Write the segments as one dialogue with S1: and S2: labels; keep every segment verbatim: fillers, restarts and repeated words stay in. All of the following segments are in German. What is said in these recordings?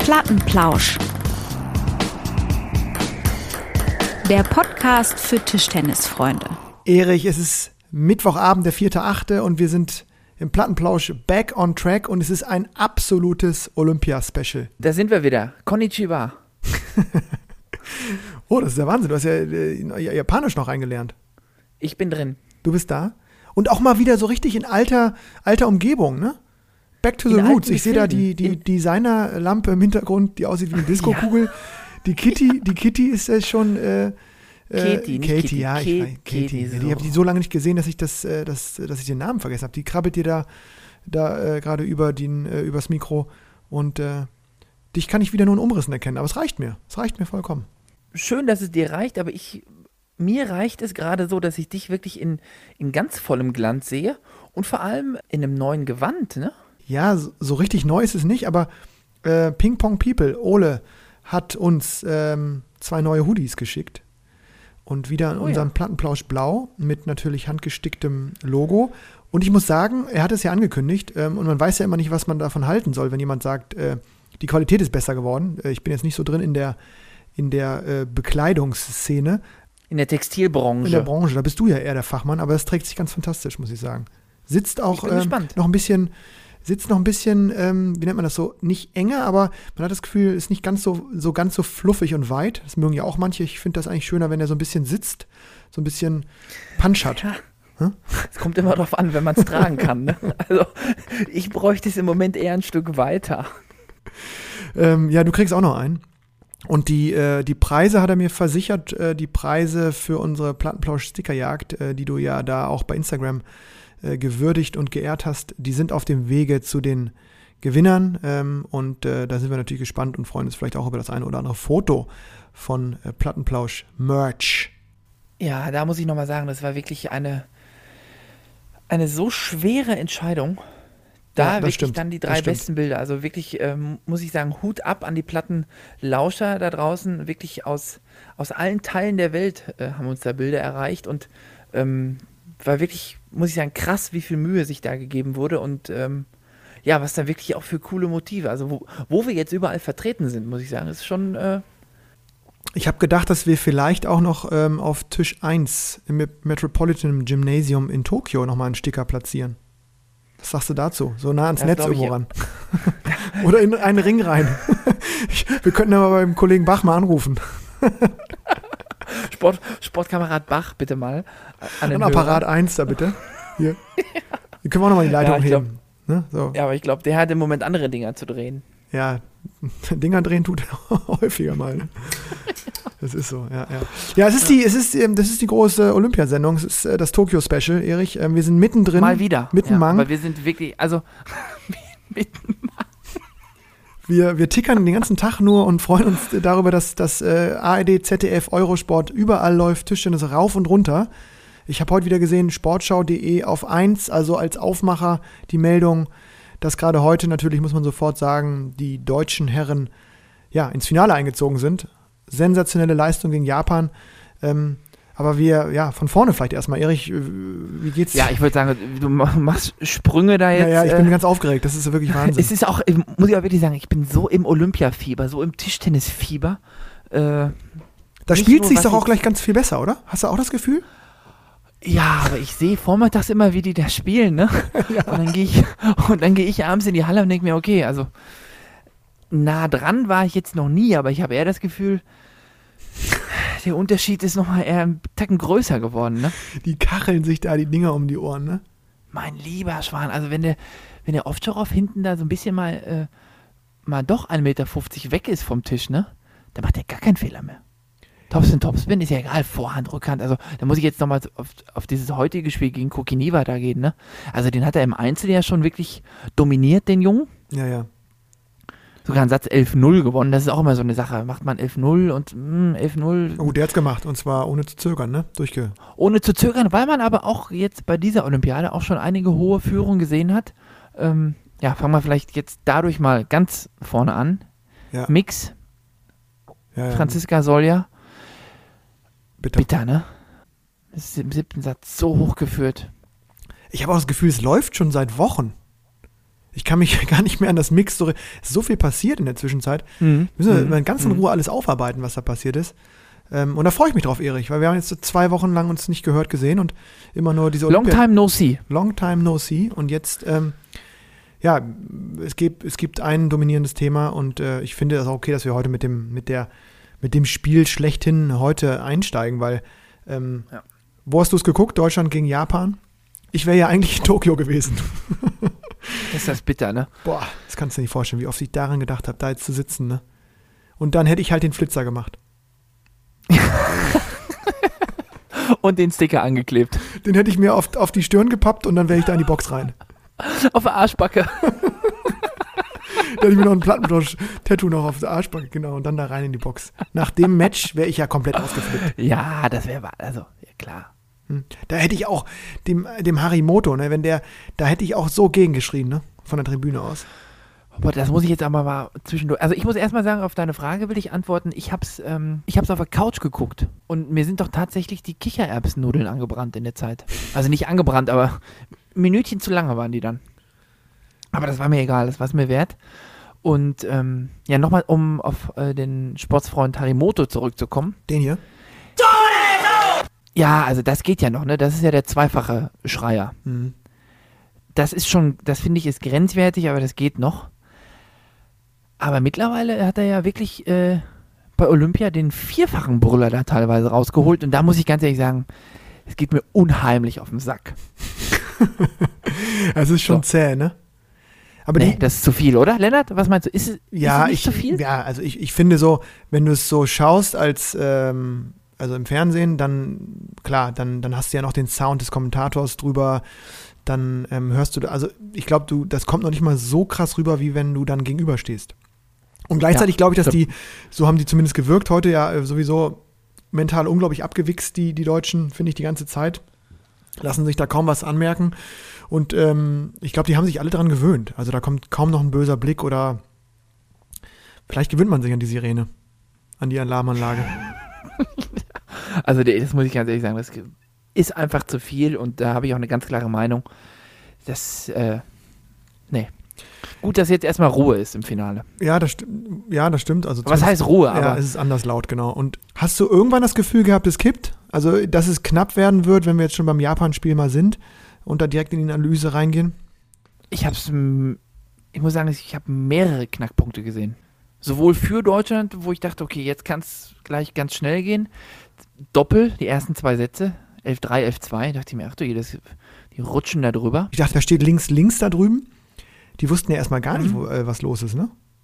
S1: Plattenplausch. Der Podcast für Tischtennisfreunde.
S2: Erich, es ist Mittwochabend, der vierte achte und wir sind im Plattenplausch back on track und es ist ein absolutes Olympia-Special.
S3: Da sind wir wieder. Konnichiwa.
S2: Oh, das ist der Wahnsinn. Du hast ja äh, Japanisch noch eingelernt.
S3: Ich bin drin.
S2: Du bist da? Und auch mal wieder so richtig in alter, alter Umgebung, ne? Back to the
S3: In
S2: roots.
S3: alten
S2: Ich sehe da die,
S3: Gefilden.
S2: die Designerlampe im Hintergrund, die aussieht wie eine Disco-Kugel.
S3: Ja.
S2: Die Kitty, die Kitty ist äh, schon äh, äh,
S3: Katie, nicht
S2: Katie,
S3: Kitty.
S2: ja, ich
S3: Ke-
S2: weiß, Katie.
S3: Katie,
S2: Ja, die
S3: so.
S2: habe ich so lange nicht gesehen, dass ich das, äh, das, dass ich den Namen vergessen habe. Die krabbelt dir da, da äh, gerade über den, äh, übers Mikro und äh, dich kann ich wieder nur in Umrissen erkennen. Aber es reicht mir. Es reicht mir vollkommen.
S3: Schön, dass es dir reicht, aber ich, mir reicht es gerade so, dass ich dich wirklich in, in ganz vollem Glanz sehe und vor allem in einem neuen Gewand, ne?
S2: Ja, so, so richtig neu ist es nicht, aber äh, Ping Pong People, Ole, hat uns ähm, zwei neue Hoodies geschickt. Und wieder in
S3: Oh
S2: unserem
S3: ja.
S2: Plattenplausch blau mit natürlich handgesticktem Logo. Und ich muss sagen, er hat es ja angekündigt ähm, und man weiß ja immer nicht, was man davon halten soll, wenn jemand sagt, äh, die Qualität ist besser geworden. Äh, ich bin jetzt nicht so drin in der, in der äh, Bekleidungsszene,
S3: In der Textilbranche.
S2: in der Branche. Da bist du ja eher der Fachmann, aber das trägt sich ganz fantastisch, muss ich sagen. Sitzt auch
S3: Ich bin
S2: ähm,
S3: gespannt.
S2: noch ein bisschen, sitzt noch ein bisschen, ähm, wie nennt man das so, nicht enger, aber man hat das Gefühl, ist nicht ganz so, so ganz so fluffig und weit. Das mögen ja auch manche. Ich finde das eigentlich schöner, wenn er so ein bisschen sitzt, so ein bisschen Punch hat.
S3: Ja.
S2: Hm?
S3: Es kommt immer drauf an, wenn man es tragen kann. Ne? Also ich bräuchte es im Moment eher ein Stück weiter.
S2: Ähm, ja, du kriegst auch noch einen. Und die, äh, die Preise hat er mir versichert, äh, die Preise für unsere Plattenplausch-Stickerjagd, äh, die du ja da auch bei Instagram äh, gewürdigt und geehrt hast, die sind auf dem Wege zu den Gewinnern. Ähm, und äh, da sind wir natürlich gespannt und freuen uns vielleicht auch über das eine oder andere Foto von äh, Plattenplausch-Merch.
S3: Ja, da muss ich nochmal sagen, das war wirklich eine, eine so schwere Entscheidung. Da
S2: Ja, das
S3: wirklich
S2: stimmt,
S3: dann die
S2: das
S3: drei
S2: stimmt.
S3: besten Bilder. Also wirklich, ähm, muss ich sagen, Hut ab an die Plattenlauscher da draußen. Wirklich aus, aus allen Teilen der Welt äh, haben uns da Bilder erreicht. Und ähm, war wirklich, muss ich sagen, krass, wie viel Mühe sich da gegeben wurde. Und ähm, ja, was da wirklich auch für coole Motive. Also wo, wo wir jetzt überall vertreten sind, muss ich sagen, ist schon... Äh,
S2: Ich habe gedacht, dass wir vielleicht auch noch ähm, auf Tisch eins im Metropolitan Gymnasium in Tokio nochmal einen Sticker platzieren. Was sagst du dazu? So nah ans
S3: Das
S2: Netz
S3: glaub ich
S2: irgendwo
S3: ja.
S2: ran. Oder in einen Ring rein. Ich, wir könnten aber beim Kollegen Bach mal anrufen.
S3: Sport, Sportkamerad Bach, bitte mal. An den
S2: An Apparat
S3: Hörer.
S2: eins da bitte. Hier. Hier können wir auch nochmal die Leitung
S3: Ja, ich glaub-
S2: heben. Ne? So.
S3: Ja, aber ich glaube, der hat im Moment andere Dinger zu drehen.
S2: Ja, Dinger drehen tut er häufiger mal. Ne? Das ist so, ja, ja. Ja, es ist die, es ist, ähm, das ist die große Olympiasendung. Es ist äh, das Tokyo-Special, Erich. Ähm, wir sind mittendrin.
S3: Mal wieder.
S2: Mitten
S3: ja,
S2: Mang.
S3: Aber wir sind wirklich, also mitten
S2: Wir, wir tickern den ganzen Tag nur und freuen uns darüber, dass das äh, A R D, Z D F, Eurosport überall läuft, Tischtennis rauf und runter. Ich habe heute wieder gesehen, sportschau punkt de auf eins, also als Aufmacher die Meldung, dass gerade heute natürlich, muss man sofort sagen, die deutschen Herren ja, ins Finale eingezogen sind. Sensationelle Leistung gegen Japan. Ähm, aber wir, ja, von vorne vielleicht erstmal. Erich, äh, wie geht's?
S3: Ja, ich würde sagen, du machst Sprünge da jetzt.
S2: ja, ja, ich bin
S3: äh,
S2: ganz aufgeregt. Das ist wirklich Wahnsinn.
S3: Es ist auch, muss ich auch wirklich sagen, ich bin so im Olympiafieber, so im Tischtennisfieber. Äh,
S2: da
S3: nicht
S2: spielt
S3: nur,
S2: sich
S3: was
S2: doch auch
S3: ich-
S2: gleich ganz viel besser, oder? Hast du auch das Gefühl?
S3: ja, aber ich sehe vormittags immer, wie die da spielen, ne? Und dann gehe ich, und dann gehe ich abends in die Halle und denke mir, okay, also nah dran war ich jetzt noch nie, aber ich habe eher das Gefühl, der Unterschied ist nochmal eher einen Tacken größer geworden, ne?
S2: Die kacheln sich da die Dinger um die Ohren, ne?
S3: Mein lieber Schwan, also wenn der, wenn der Ovtcharov hinten da so ein bisschen mal, äh, mal doch ein Meter fünfzig weg ist vom Tisch, ne? Dann macht er gar keinen Fehler mehr. Topspin, Topspin ist ja egal, Vorhand, Rückhand, also da muss ich jetzt nochmal auf, auf dieses heutige Spiel gegen Kokiniva da gehen, ne? Also den hat er im Einzel ja schon wirklich dominiert, den Jungen.
S2: Ja, ja.
S3: Sogar einen Satz elf null gewonnen, das ist auch immer so eine Sache. Macht man elf null und mh, elf null.
S2: Oh, der hat's gemacht und zwar ohne zu zögern, ne? Durchge.
S3: Ohne zu zögern, weil man aber auch jetzt bei dieser Olympiade auch schon einige hohe Führungen gesehen hat. Ähm, ja, fangen wir vielleicht jetzt dadurch mal ganz vorne an.
S2: Ja.
S3: Mix,
S2: Ja, ja.
S3: Franziska Solja,
S2: Bitte.
S3: bitter, ne? Das ist im siebten Satz so hoch geführt.
S2: Ich habe auch das Gefühl, es läuft schon seit Wochen. Ich kann mich gar nicht mehr an das Mix, so, ist so viel passiert in der Zwischenzeit.
S3: Mhm.
S2: Müssen wir
S3: Mhm.
S2: in ganz in
S3: Mhm.
S2: Ruhe alles aufarbeiten, was da passiert ist. Ähm, und da freue ich mich drauf, Erich, weil wir haben jetzt so zwei Wochen lang uns nicht gehört, gesehen und immer nur diese
S3: Long
S2: Olympia-
S3: time no see.
S2: Long time no see. Und jetzt, ähm, ja, es gibt, es gibt ein dominierendes Thema und äh, ich finde es auch okay, dass wir heute mit dem, mit der, mit dem Spiel schlechthin heute einsteigen, weil ähm,
S3: Ja.
S2: wo hast du es geguckt? Deutschland gegen Japan? Ich wäre ja eigentlich in Tokio gewesen.
S3: Ist das bitter, ne?
S2: Boah, das kannst du dir nicht vorstellen, wie oft ich daran gedacht habe, da jetzt zu sitzen, ne? Und dann hätte ich halt den Flitzer gemacht.
S3: Und den Sticker angeklebt.
S2: Den hätte ich mir auf, auf die Stirn gepappt und dann wäre ich da in die Box rein.
S3: Auf der Arschbacke.
S2: Da hätte ich mir noch ein Plattentausch-Tattoo noch auf der Arschbacke, genau, und dann da rein in die Box. Nach dem Match wäre ich ja komplett ausgeflippt.
S3: Ja, das wäre, also, ja klar.
S2: Hm. Da hätte ich auch dem, dem Harimoto, ne, wenn der, da hätte ich auch so gegengeschrien, ne, von der Tribüne aus.
S3: Aber das muss ich jetzt aber mal zwischendurch. Also ich muss erstmal sagen, auf deine Frage will ich antworten. Ich hab's, ähm, ich hab's auf der Couch geguckt und mir sind doch tatsächlich die Kichererbsennudeln angebrannt in der Zeit. Also nicht angebrannt, aber ein Minütchen zu lange waren die dann. Aber das war mir egal, das war es mir wert. Und ähm, ja, nochmal, um auf äh, den Sportsfreund Harimoto zurückzukommen.
S2: Den hier?
S3: Ja, also das geht ja noch, ne? Das ist ja der zweifache Schreier.
S2: Mhm.
S3: Das ist schon, das finde ich ist grenzwertig, aber das geht noch. Aber mittlerweile hat er ja wirklich äh, bei Olympia den vierfachen Brüller da teilweise rausgeholt. Und da muss ich ganz ehrlich sagen, es geht mir unheimlich auf den Sack.
S2: Es ist schon
S3: So.
S2: zäh, ne? Aber
S3: Nee,
S2: die,
S3: das ist zu viel, oder? Lennart, was meinst du? Ist es,
S2: ja,
S3: ist es nicht
S2: ich,
S3: zu viel?
S2: ja, also ich, ich finde so, wenn du es so schaust als, ähm, also im Fernsehen, dann, klar, dann, dann hast du ja noch den Sound des Kommentators drüber, dann ähm, hörst du, also ich glaube, du, das kommt noch nicht mal so krass rüber, wie wenn du dann gegenüberstehst. Und gleichzeitig
S3: Ja,
S2: glaube ich, dass
S3: stimmt.
S2: die, so haben die zumindest gewirkt, heute ja äh, sowieso mental unglaublich abgewichst, die, die Deutschen, finde ich, die ganze Zeit. Lassen sich da kaum was anmerken. Und ähm, ich glaube, die haben sich alle dran gewöhnt. Also da kommt kaum noch ein böser Blick oder vielleicht gewöhnt man sich an die Sirene, an die Alarmanlage.
S3: Also das muss ich ganz ehrlich sagen, das ist einfach zu viel und da habe ich auch eine ganz klare Meinung. Das, äh, nee. Gut, dass jetzt erstmal Ruhe ist im Finale.
S2: Ja, das stimmt. Ja, das stimmt. Also
S3: Was heißt Ruhe?
S2: Ja,
S3: Aber
S2: es ist anders laut, genau. Und hast du irgendwann das Gefühl gehabt, es kippt? Also, dass es knapp werden wird, wenn wir jetzt schon beim Japan-Spiel mal sind und da direkt in die Analyse reingehen?
S3: ich habe es, ich muss sagen, ich habe mehrere Knackpunkte gesehen. Sowohl für Deutschland, wo ich dachte, okay, jetzt kann es gleich ganz schnell gehen. Doppel, die ersten zwei Sätze, elf drei, elf zwei, dachte ich mir, ach du, das, die rutschen da drüber.
S2: Ich dachte, da steht links, links da drüben. Die wussten ja erstmal gar nicht,
S3: Mhm.
S2: wo, äh, was los ist, ne?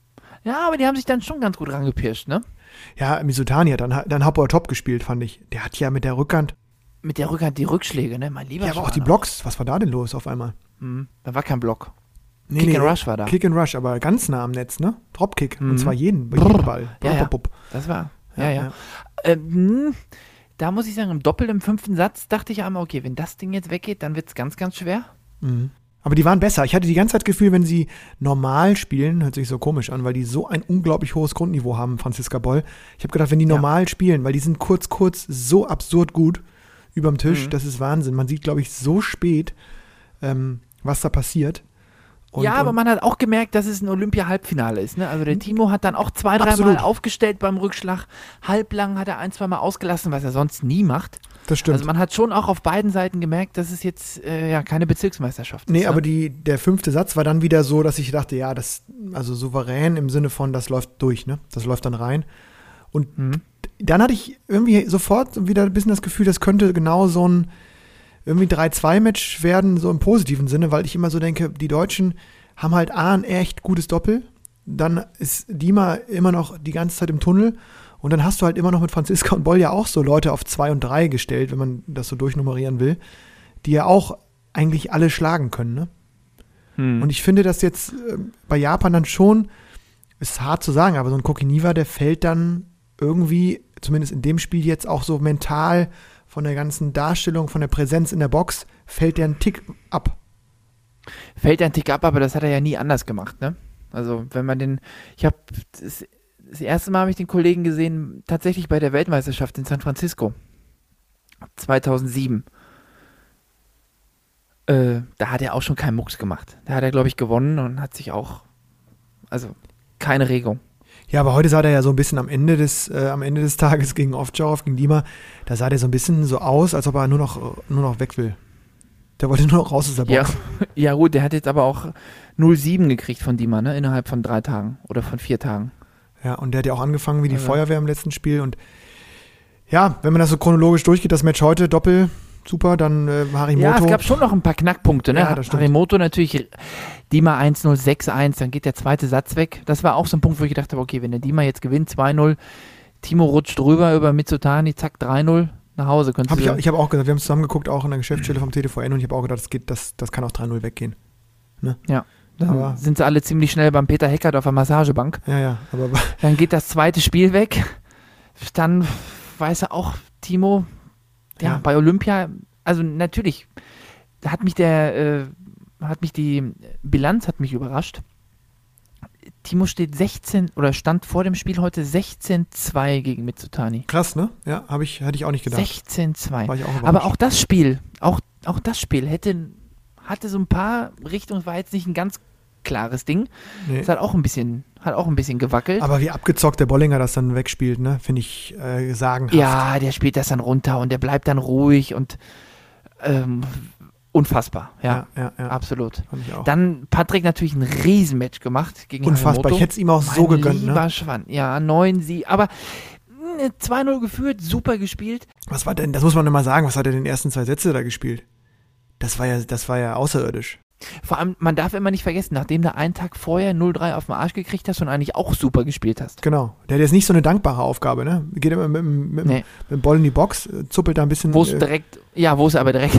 S3: Ja, aber die haben sich dann schon ganz gut rangepirscht, ne?
S2: Ja, Misutani hat dann, dann Hopper top gespielt, fand ich. Der hat ja mit der Rückhand.
S3: Mit der Rückhand die Rückschläge, ne? Mein lieber
S2: Ja, aber auch die
S3: Schwaner.
S2: Blocks. Was war da denn los auf einmal?
S3: Mhm. Da war kein Block.
S2: Nee,
S3: Kick and Rush war da.
S2: Kick and Rush, aber ganz nah am Netz, ne? Dropkick.
S3: Mhm.
S2: Und zwar jeden, bei jedem Ball.
S3: Ja, ja.
S2: Bup, bup, bup.
S3: Das war, ja,
S2: Ja,
S3: ja.
S2: ja.
S3: Ähm, da muss ich sagen, im Doppel im fünften Satz dachte ich einmal, okay, wenn das Ding jetzt weggeht, dann wird es ganz, ganz schwer.
S2: Mhm. Aber die waren besser. Ich hatte die ganze Zeit das Gefühl, wenn sie normal spielen, hört sich so komisch an, weil die so ein unglaublich hohes Grundniveau haben, Franziska Boll. Ich habe gedacht, wenn die
S3: Ja.
S2: normal spielen, weil die sind kurz, kurz so absurd gut überm Tisch,
S3: Mhm.
S2: das ist Wahnsinn. Man sieht, glaube ich, so spät, ähm, was da passiert. Und,
S3: ja, aber
S2: und,
S3: man hat auch gemerkt, dass es ein Olympia-Halbfinale ist. Ne? Also der Timo hat dann auch zwei, dreimal
S2: Absolut.
S3: aufgestellt beim Rückschlag. Halblang hat er ein, zweimal ausgelassen, was er sonst nie macht.
S2: das stimmt.
S3: Also man hat schon auch auf beiden Seiten gemerkt, dass es jetzt äh, ja keine Bezirksmeisterschaft ist.
S2: Nee,
S3: ne?
S2: aber die, der fünfte Satz war dann wieder so, dass ich dachte, ja, das, also souverän im Sinne von, das läuft durch, ne? Das läuft dann rein. Und
S3: Mhm.
S2: dann hatte ich irgendwie sofort wieder ein bisschen das Gefühl, das könnte genau so ein irgendwie drei zwei Match werden, so im positiven Sinne, weil ich immer so denke, die Deutschen haben halt A, ein echt gutes Doppel, dann ist Dima immer noch die ganze Zeit im Tunnel und dann hast du halt immer noch mit Franziska und Boll ja auch so Leute auf zwei und drei gestellt, wenn man das so durchnummerieren will, die ja auch eigentlich alle schlagen können, ne?
S3: Hm.
S2: Und ich finde das jetzt äh, bei Japan dann schon, ist hart zu sagen, aber so ein Kokiniwa, der fällt dann irgendwie, zumindest in dem Spiel jetzt auch so mental von der ganzen Darstellung, von der Präsenz in der Box, fällt der einen Tick ab.
S3: Fällt ein Tick ab, aber das hat er ja nie anders gemacht, ne? Also wenn man den, ich habe das, das erste Mal habe ich den Kollegen gesehen, tatsächlich bei der Weltmeisterschaft in San Francisco, zweitausendsieben. äh, da hat er auch schon keinen Mucks gemacht. Da hat er, glaube ich, gewonnen und hat sich auch, also keine Regung.
S2: Ja, aber heute sah der ja so ein bisschen am Ende des, äh, am Ende des Tages gegen Ovtcharov, gegen Dima, da sah der so ein bisschen so aus, als ob er nur noch, nur noch weg will. Der wollte nur noch raus aus der Box.
S3: Ja, ja gut, der hat jetzt aber auch null sieben gekriegt von Dima, ne? Innerhalb von drei Tagen oder von vier Tagen.
S2: Ja, und der hat ja auch angefangen wie die
S3: also.
S2: Feuerwehr im letzten Spiel. Und ja, wenn man das so chronologisch durchgeht, das Match heute, Doppel, super, dann äh, Harimoto.
S3: Ja, es gab schon noch ein paar Knackpunkte, ne?
S2: Ja, das stimmt.
S3: Harimoto natürlich, Dima eins null, sechs eins, dann geht der zweite Satz weg. Das war auch so ein Punkt, wo ich gedacht habe, okay, wenn der Dima jetzt gewinnt, zwei null, Timo rutscht drüber über Mitsutani, zack, drei null, nach Hause.
S2: Hab ich ich habe auch gesagt, wir haben zusammen geguckt, auch in der Geschäftsstelle vom T T V N, und ich habe auch gedacht, das, geht, das, das kann auch drei null weggehen. Ne?
S3: Ja. Dann
S2: aber
S3: sind sie alle ziemlich schnell beim Peter Heckert auf der Massagebank.
S2: Ja, ja. Aber
S3: dann geht das zweite Spiel weg. Dann weiß er auch, Timo, ja, ja. bei Olympia, also natürlich, hat mich der, äh, hat mich die Bilanz hat mich überrascht. Timo steht sechzehn oder stand vor dem Spiel heute sechzehn zwei gegen Mitsutani.
S2: Krass, ne? Ja, habe ich, hätte ich auch nicht gedacht.
S3: sechzehn zwei.
S2: War ich auch
S3: Aber auch das Spiel, auch, auch das Spiel hätte, hatte so ein paar Richtungen, war jetzt nicht ein ganz klares Ding.
S2: Nee.
S3: Es hat auch ein bisschen, hat auch ein bisschen gewackelt.
S2: Aber wie abgezockt der Bollinger das dann wegspielt, ne? Finde ich äh, sagenhaft.
S3: Ja, der spielt das dann runter und der bleibt dann ruhig und ähm, unfassbar. Ja,
S2: ja, ja, ja.
S3: Absolut.
S2: Fand ich auch.
S3: Dann Patrick natürlich ein Riesenmatch gemacht gegen
S2: Unfassbar.
S3: Harimoto.
S2: Ich hätte es ihm auch so
S3: Mein
S2: gegönnt,
S3: lieber
S2: ne?
S3: Schwan. Ja, neun Sieg. Aber zwei null geführt, super gespielt.
S2: Was war denn, das muss man immer sagen, was hat er in den ersten zwei Sätze da gespielt? Das war ja, das war ja außerirdisch.
S3: Vor allem, man darf immer nicht vergessen, nachdem du einen Tag vorher null drei auf den Arsch gekriegt hast und eigentlich auch super gespielt hast.
S2: Genau. Der hat jetzt nicht so eine dankbare Aufgabe, ne? Geht immer mit, mit,
S3: nee.
S2: mit dem Ball in die Box, zuppelt da ein bisschen.
S3: Wo es
S2: äh,
S3: direkt, ja, wo es aber direkt,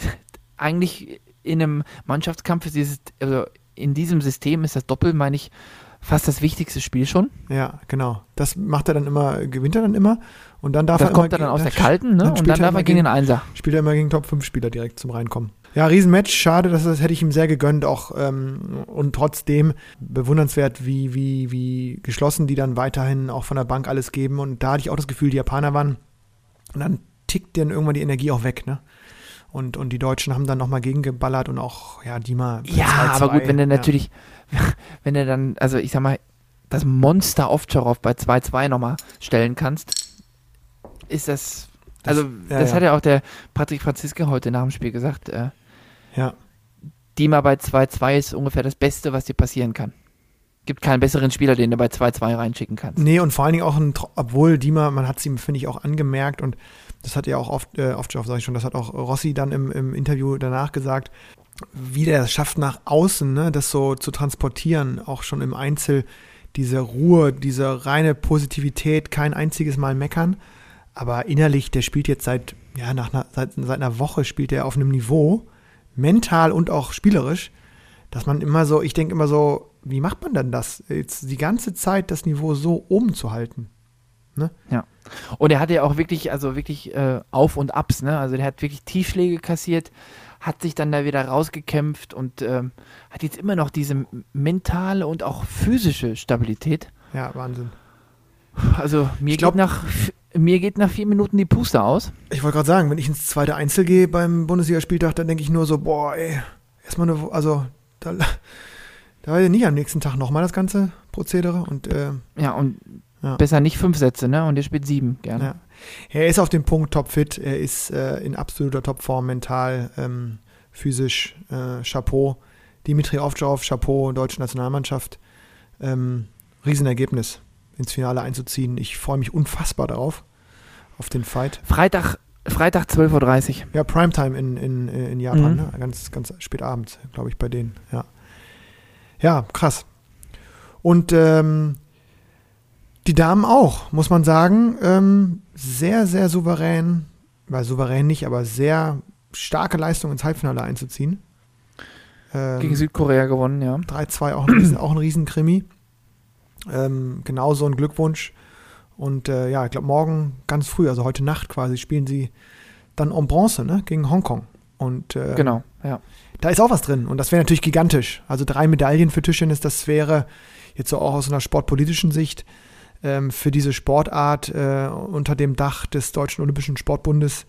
S3: eigentlich in einem Mannschaftskampf ist dieses, also in diesem System ist das Doppel, meine ich, fast das wichtigste Spiel schon.
S2: Ja, genau. Das macht er dann immer, gewinnt er dann immer. Und dann darf
S3: das
S2: er
S3: kommt
S2: immer,
S3: er dann aus
S2: dann
S3: der Kalten, ne?
S2: dann
S3: Und dann darf er gegen den Einser.
S2: Spielt er immer gegen Top fünf Spieler direkt zum Reinkommen. Ja, Riesenmatch, schade, das, das hätte ich ihm sehr gegönnt auch ähm, und trotzdem bewundernswert, wie, wie, wie geschlossen die dann weiterhin auch von der Bank alles geben, und da hatte ich auch das Gefühl, die Japaner waren, und dann tickt dann irgendwann die Energie auch weg, ne? Und, und die Deutschen haben dann nochmal gegengeballert und auch, ja, Dima.
S3: Ja,
S2: zwei zwei,
S3: aber gut, wenn der
S2: ja.
S3: natürlich, wenn er dann, also ich sag mal, das Monster Ovtcharov bei zwei zwei nochmal stellen kannst, ist das, also
S2: Das- ja,
S3: das
S2: ja.
S3: hat ja auch der Patrick Franziska heute nach dem Spiel gesagt, äh,
S2: Ja,
S3: Dima bei zwei zwei ist ungefähr das Beste, was dir passieren kann. Gibt keinen besseren Spieler, den du bei zwei zwei reinschicken kannst.
S2: nee, und vor allen Dingen auch, ein, Tro- obwohl Dima, man hat es ihm, finde ich, auch angemerkt, und das hat ja auch oft, äh, oft sag ich schon, das hat auch Rossi dann im, im Interview danach gesagt, wie der es schafft, nach außen, ne, das so zu transportieren, auch schon im Einzel, diese Ruhe, diese reine Positivität, kein einziges Mal meckern, aber innerlich, der spielt jetzt seit, ja, nach einer, seit, seit einer Woche spielt er auf einem Niveau, mental und auch spielerisch, dass man immer so, ich denke immer so, wie macht man denn das, jetzt die ganze Zeit das Niveau so oben zu halten? Ne?
S3: Ja. Und er hatte ja auch wirklich, also wirklich äh, Auf und Abs, ne? Also der hat wirklich Tiefschläge kassiert, hat sich dann da wieder rausgekämpft und ähm, hat jetzt immer noch diese mentale und auch physische Stabilität.
S2: Ja, Wahnsinn.
S3: Also mir,
S2: Ich glaub-
S3: geht, nach, mir geht nach vier Minuten die Puste aus.
S2: Ich wollte gerade sagen, wenn ich ins zweite Einzel gehe beim Bundesligaspieltag, dann denke ich nur so, boah, ey, erstmal eine, also, da, da war ja nicht am nächsten Tag nochmal das ganze Prozedere und, äh,
S3: Ja, und
S2: Ja.
S3: besser nicht fünf Sätze, ne? Und er spielt sieben gerne.
S2: ja. Er ist auf dem Punkt topfit, er ist äh, in absoluter Topform, mental, ähm, physisch, äh, Chapeau. Dimitri Ovtcharov, Chapeau, deutsche Nationalmannschaft. Ähm, Riesenergebnis, ins Finale einzuziehen. Ich freue mich unfassbar darauf, auf den Fight.
S3: Freitag, Freitag zwölf Uhr dreißig.
S2: Ja, Primetime in, in, in Japan,
S3: Mhm.
S2: ne? ganz, ganz spät abends, glaube ich, bei denen. Ja, ja, krass. Und ähm, die Damen auch, muss man sagen, ähm, sehr, sehr souverän, weil souverän nicht, aber sehr starke Leistung ins Halbfinale einzuziehen. Ähm,
S3: Gegen Südkorea gewonnen, ja.
S2: drei zwei, auch ein, Riesen, auch ein Riesenkrimi. Ähm, genau so ein Glückwunsch. Und äh, ja, ich glaube, morgen ganz früh, also heute Nacht quasi, spielen sie dann en Bronze, ne, gegen Hongkong. Und äh,
S3: Genau, ja.
S2: da ist auch was drin. Und das wäre natürlich gigantisch. Also drei Medaillen für Tischtennis, das wäre jetzt so auch aus einer sportpolitischen Sicht ähm, für diese Sportart äh, unter dem Dach des Deutschen Olympischen Sportbundes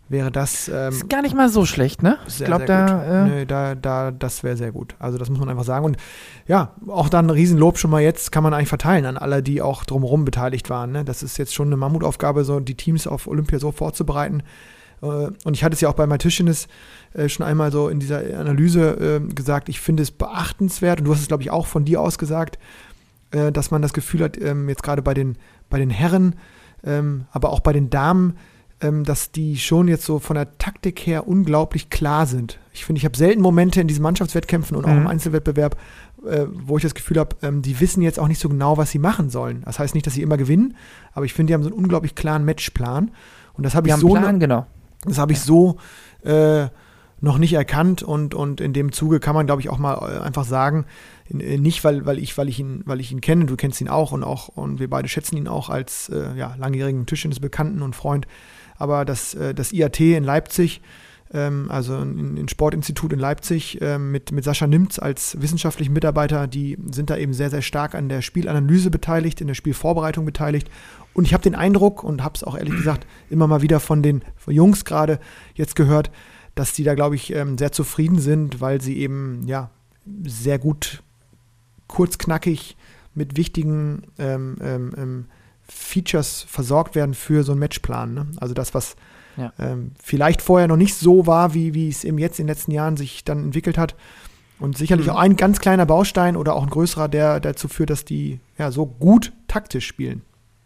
S2: wäre das ähm,
S3: ist gar nicht mal so schlecht, ne?
S2: Sehr,
S3: ich glaube,
S2: sehr
S3: da,
S2: gut. Nee, da, da, das wäre sehr gut. Also das muss man einfach sagen. Und ja, auch dann Riesenlob schon mal jetzt kann man eigentlich verteilen an alle, die auch drumherum beteiligt waren. Ne? Das ist jetzt schon eine Mammutaufgabe, so die Teams auf Olympia so vorzubereiten. Äh, und ich hatte es ja auch bei MyTischtennis äh, schon einmal so in dieser Analyse äh, gesagt, ich finde es beachtenswert, und du hast es, glaube ich, auch von dir aus gesagt, äh, dass man das Gefühl hat, ähm, jetzt gerade bei den, bei den Herren, ähm, aber auch bei den Damen, dass die schon jetzt so von der Taktik her unglaublich klar sind. Ich finde, ich habe selten Momente in diesen Mannschaftswettkämpfen und auch mhm. im Einzelwettbewerb, äh, wo ich das Gefühl habe, ähm, die wissen jetzt auch nicht so genau, was sie machen sollen. Das heißt nicht, dass sie immer gewinnen, aber ich finde, die haben so einen unglaublich klaren Matchplan. Und das habe ich so,
S3: Plan, genau.
S2: das habe ich so äh, noch nicht erkannt. Und, und in dem Zuge kann man, glaube ich, auch mal einfach sagen, nicht, weil, weil, ich, weil, ich ihn, weil ich ihn kenne, du kennst ihn auch und auch und wir beide schätzen ihn auch als äh, ja, langjährigen Tischtennisbekannten und Freund, aber das, äh, das I A T in Leipzig, ähm, also ein, ein Sportinstitut in Leipzig äh, mit, mit Sascha Nimtz als wissenschaftlichen Mitarbeiter, die sind da eben sehr, sehr stark an der Spielanalyse beteiligt, in der Spielvorbereitung beteiligt, und ich habe den Eindruck und habe es auch ehrlich gesagt immer mal wieder von den von Jungs gerade jetzt gehört, dass die da, glaube ich, ähm, sehr zufrieden sind, weil sie eben ja sehr gut kurz knackig mit wichtigen ähm, ähm, Features versorgt werden für so einen Matchplan. Ne? Also das, was ja. ähm, vielleicht vorher noch nicht so war, wie, wie es eben jetzt in den letzten Jahren sich dann entwickelt hat. Und sicherlich mhm. auch ein ganz kleiner Baustein oder auch ein größerer, der dazu führt, dass die ja so gut taktisch spielen.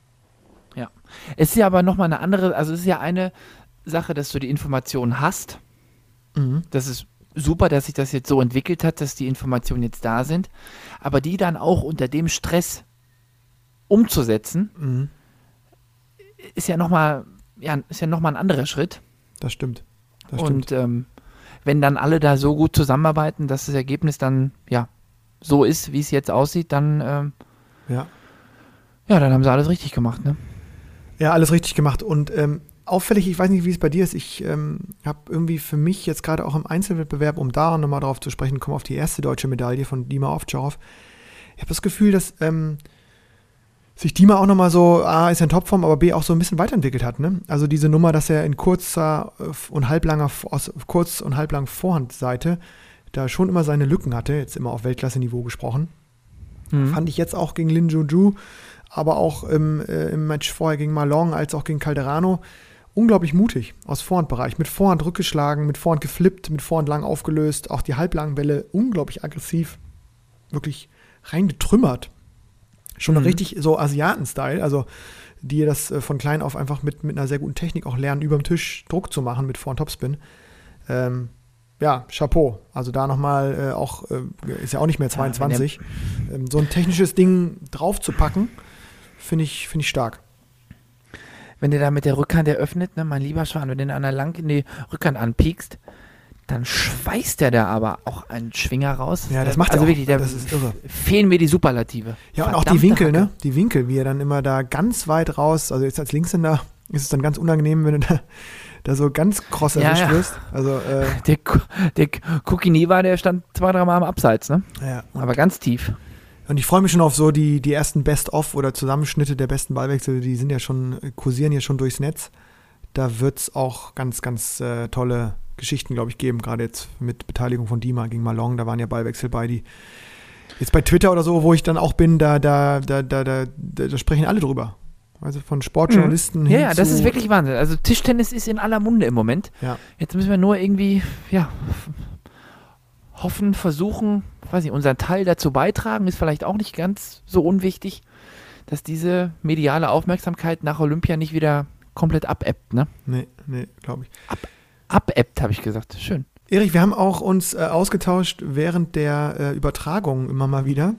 S3: Ja, es ist ja aber nochmal eine andere, also es ist ja eine Sache, dass du die Informationen hast. Mhm. Das ist super, dass sich das jetzt so entwickelt hat, dass die Informationen jetzt da sind, aber die dann auch unter dem Stress umzusetzen, mhm. ist ja nochmal ja, ist ja noch mal ein anderer Schritt.
S2: Das stimmt. Das
S3: Und
S2: stimmt.
S3: Ähm, wenn dann alle da so gut zusammenarbeiten, dass das Ergebnis dann ja so ist, wie es jetzt aussieht, dann ähm,
S2: ja.
S3: ja, dann haben sie alles richtig gemacht, ne?
S2: Ja, alles richtig gemacht. Und ähm, auffällig, ich weiß nicht, wie es bei dir ist, ich ähm, habe irgendwie für mich jetzt gerade auch im Einzelwettbewerb, um da nochmal drauf zu sprechen, komme auf die erste deutsche Medaille von Dima Ovtcharov. Ich habe das Gefühl, dass ähm, sich Dima auch nochmal so, A, ist ja in Topform, aber B, auch so ein bisschen weiterentwickelt hat. Ne? Also diese Nummer, dass er in kurzer und halblanger, aus kurz- und halblang Vorhandseite da schon immer seine Lücken hatte, jetzt immer auf Weltklasse-Niveau gesprochen. Mhm. Fand ich jetzt auch gegen Lin Juju, aber auch im, äh, im Match vorher gegen Malong, als auch gegen Calderano, unglaublich mutig aus Vorhandbereich. Mit Vorhand rückgeschlagen, mit Vorhand geflippt, mit Vorhand lang aufgelöst, auch die halblangen Bälle unglaublich aggressiv, wirklich reingetrümmert. Schon mhm. richtig so Asiaten-Style, also die das äh, von klein auf einfach mit, mit einer sehr guten Technik auch lernen, überm Tisch Druck zu machen mit Vorhand-Topspin. Ähm, ja, Chapeau. Also da nochmal äh, auch, äh, ist ja auch nicht mehr zweiundzwanzig, ja, ähm, so ein technisches Ding draufzupacken, finde ich, find ich stark.
S3: Wenn der da mit der Rückhand eröffnet, ne, mein lieber Schwan, wenn du den an der lang in die Rückhand anpiekst, dann schweißt der da aber auch einen Schwinger raus.
S2: Ja, das macht
S3: also
S2: er auch.
S3: Wirklich, da
S2: das ist irre.
S3: Fehlen mir die Superlative.
S2: Ja, und auch die Winkel, Hacke. ne? Die Winkel, wie er dann immer da ganz weit raus, also jetzt als Linkshänder ist es dann ganz unangenehm, wenn du da, da so ganz kross erwischt ja, ja. wirst. Also, äh,
S3: der der Kukiniva, der stand zwei, drei Mal am Abseits, ne?
S2: Ja.
S3: Aber ganz tief.
S2: Und ich freue mich schon auf so die, die ersten Best-of oder Zusammenschnitte der besten Ballwechsel, die sind ja schon, kursieren ja schon durchs Netz. Da wird es auch ganz, ganz äh, tolle Geschichten, glaube ich, geben, gerade jetzt mit Beteiligung von Dima gegen Malong, da waren ja Ballwechsel bei, die jetzt bei Twitter oder so, wo ich dann auch bin, da, da, da, da, da, da sprechen alle drüber. Also von Sportjournalisten
S3: mhm.
S2: hin
S3: Ja, ja, das ist wirklich Wahnsinn. Also Tischtennis ist in aller Munde im Moment.
S2: Ja.
S3: Jetzt müssen wir nur irgendwie, ja, hoffen, versuchen, weiß ich, unseren Teil dazu beitragen, ist vielleicht auch nicht ganz so unwichtig, dass diese mediale Aufmerksamkeit nach Olympia nicht wieder komplett abebbt, ne?
S2: Nee, nee, glaube ich.
S3: Ab, abebbt, habe ich gesagt. Schön.
S2: Erich, wir haben auch uns äh, ausgetauscht während der äh, Übertragung immer mal wieder,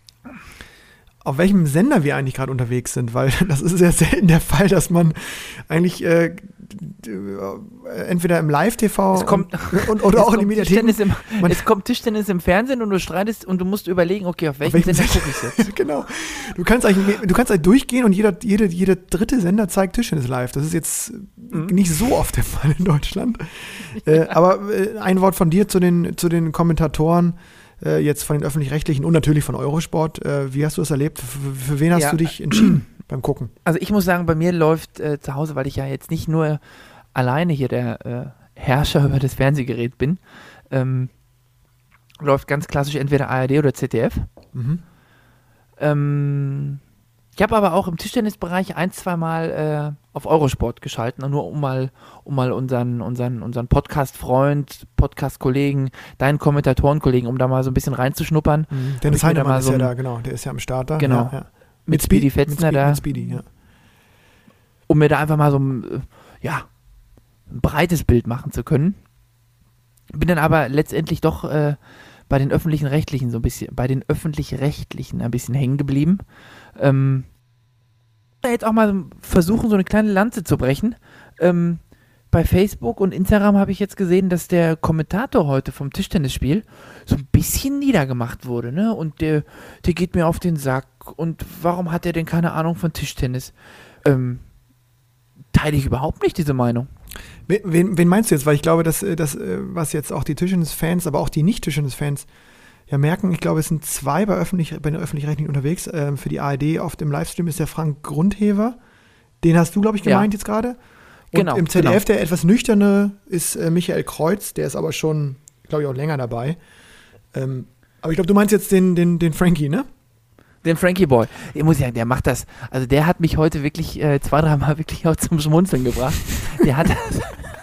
S2: auf welchem Sender wir eigentlich gerade unterwegs sind, weil das ist sehr selten der Fall, dass man eigentlich äh, entweder im Live-T V
S3: es kommt,
S2: und, und, oder auch in die Mediathek.
S3: Es kommt Tischtennis im Fernsehen und du streitest und du musst überlegen, okay, auf welchen, auf welchen Sender gucke ich jetzt?
S2: Genau. Du kannst eigentlich, du kannst eigentlich durchgehen und jeder, jede, jeder dritte Sender zeigt Tischtennis live. Das ist jetzt mhm. nicht so oft der Fall in Deutschland. äh, aber äh, ein Wort von dir zu den, zu den Kommentatoren, äh, jetzt von den Öffentlich-Rechtlichen und natürlich von Eurosport. Äh, wie hast du das erlebt? Für, für wen hast ja. du dich entschieden beim Gucken?
S3: Also ich muss sagen, bei mir läuft äh, zu Hause, weil ich ja jetzt nicht nur alleine hier der äh, Herrscher über das Fernsehgerät bin, ähm, läuft ganz klassisch entweder A R D oder Z D F.
S2: Mhm.
S3: Ähm, ich habe aber auch im Tischtennisbereich ein, zwei Mal äh, auf Eurosport geschalten, nur um mal, um mal unseren, unseren, unseren Podcast-Freund, Podcast-Kollegen, deinen Kommentatorenkollegen, um da mal so ein bisschen reinzuschnuppern.
S2: Mhm. Dennis Heinemann ist so ja da, genau, der ist ja am Start da.
S3: Genau.
S2: Ja, ja.
S3: Mit, mit Speedy Fetzner
S2: mit
S3: da.
S2: Mit Speedy, ja.
S3: Um mir da einfach mal so ein, ja, ein breites Bild machen zu können. Bin dann aber letztendlich doch äh, bei den öffentlichen Rechtlichen so ein bisschen, bei den öffentlich-rechtlichen ein bisschen hängen geblieben. Ähm, jetzt auch mal versuchen, so eine kleine Lanze zu brechen. Ähm, bei Facebook und Instagram habe ich jetzt gesehen, dass der Kommentator heute vom Tischtennisspiel so ein bisschen niedergemacht wurde, ne? Und der, der geht mir auf den Sack. Und warum hat er denn keine Ahnung von Tischtennis? Ähm, teile ich überhaupt nicht diese Meinung.
S2: Wen, wen meinst du jetzt? Weil ich glaube, dass das, was jetzt auch die Tischtennis-Fans, aber auch die Nicht-Tischtennis-Fans ja merken, ich glaube, es sind zwei bei, öffentlich, bei den Öffentlich-Rechtlichen unterwegs. Ähm, für die A R D oft im Livestream ist der Frank Grundhever. Den hast du, glaube ich, gemeint ja. jetzt gerade. Und
S3: genau,
S2: im Z D F,
S3: genau.
S2: der etwas nüchterne, ist äh, Michael Kreuz. Der ist aber schon, glaube ich, auch länger dabei. Ähm, aber ich glaube, du meinst jetzt den, den, den Frankie, ne?
S3: Den Frankie Boy. Ich muss sagen, der macht das. Also der hat mich heute wirklich äh, zwei, dreimal wirklich auch zum Schmunzeln gebracht. Der hat das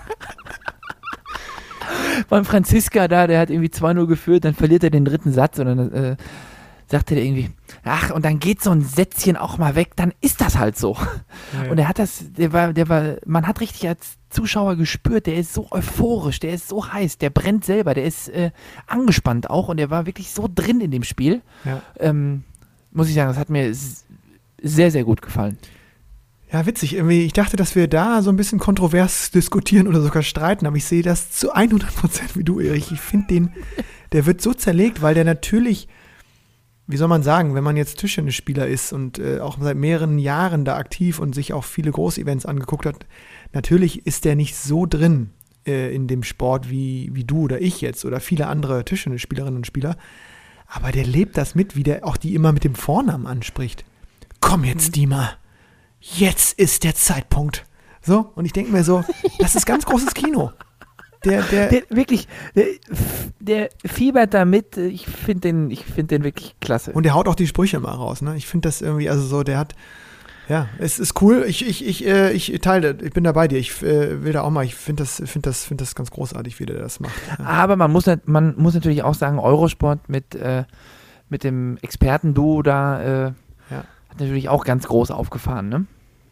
S3: beim Franziska da, der hat irgendwie zwei null geführt, dann verliert er den dritten Satz und dann äh, sagte der irgendwie, ach, und dann geht so ein Sätzchen auch mal weg, dann ist das halt so. Ja, ja. Und er hat das, der war, der war, man hat richtig als Zuschauer gespürt, der ist so euphorisch, der ist so heiß, der brennt selber, der ist äh, angespannt auch und der war wirklich so drin in dem Spiel.
S2: Ja.
S3: Ähm, muss ich sagen, das hat mir sehr, sehr gut gefallen.
S2: Ja, witzig. Irgendwie, ich dachte, dass wir da so ein bisschen kontrovers diskutieren oder sogar streiten, aber ich sehe das zu hundert Prozent wie du, Erich. Ich finde den, der wird so zerlegt, weil der natürlich, wie soll man sagen, wenn man jetzt Tischtennisspieler ist und äh, auch seit mehreren Jahren da aktiv und sich auch viele Großevents angeguckt hat, natürlich ist der nicht so drin äh, in dem Sport wie, wie du oder ich jetzt oder viele andere Tischtennisspielerinnen und Spieler. Aber der lebt das mit, wie der auch die immer mit dem Vornamen anspricht. Komm jetzt, Dima. Jetzt ist der Zeitpunkt. So, und ich denke mir so, das ist ganz großes Kino. Der, der,
S3: der wirklich, der, der fiebert da mit. Ich finde den, ich finde den wirklich klasse.
S2: Und der haut auch die Sprüche mal raus, ne? Ich finde das irgendwie, also so, der hat, ja, es ist cool. Ich, ich, ich, äh, ich teile, ich bin da bei dir. Ich äh, will da auch mal, ich finde das, finde das, finde das ganz großartig, wie der das macht. Ja.
S3: Aber man muss, man muss natürlich auch sagen, Eurosport mit, äh, mit dem Experten-Duo da, äh,
S2: ja.
S3: hat natürlich auch ganz groß aufgefahren, ne?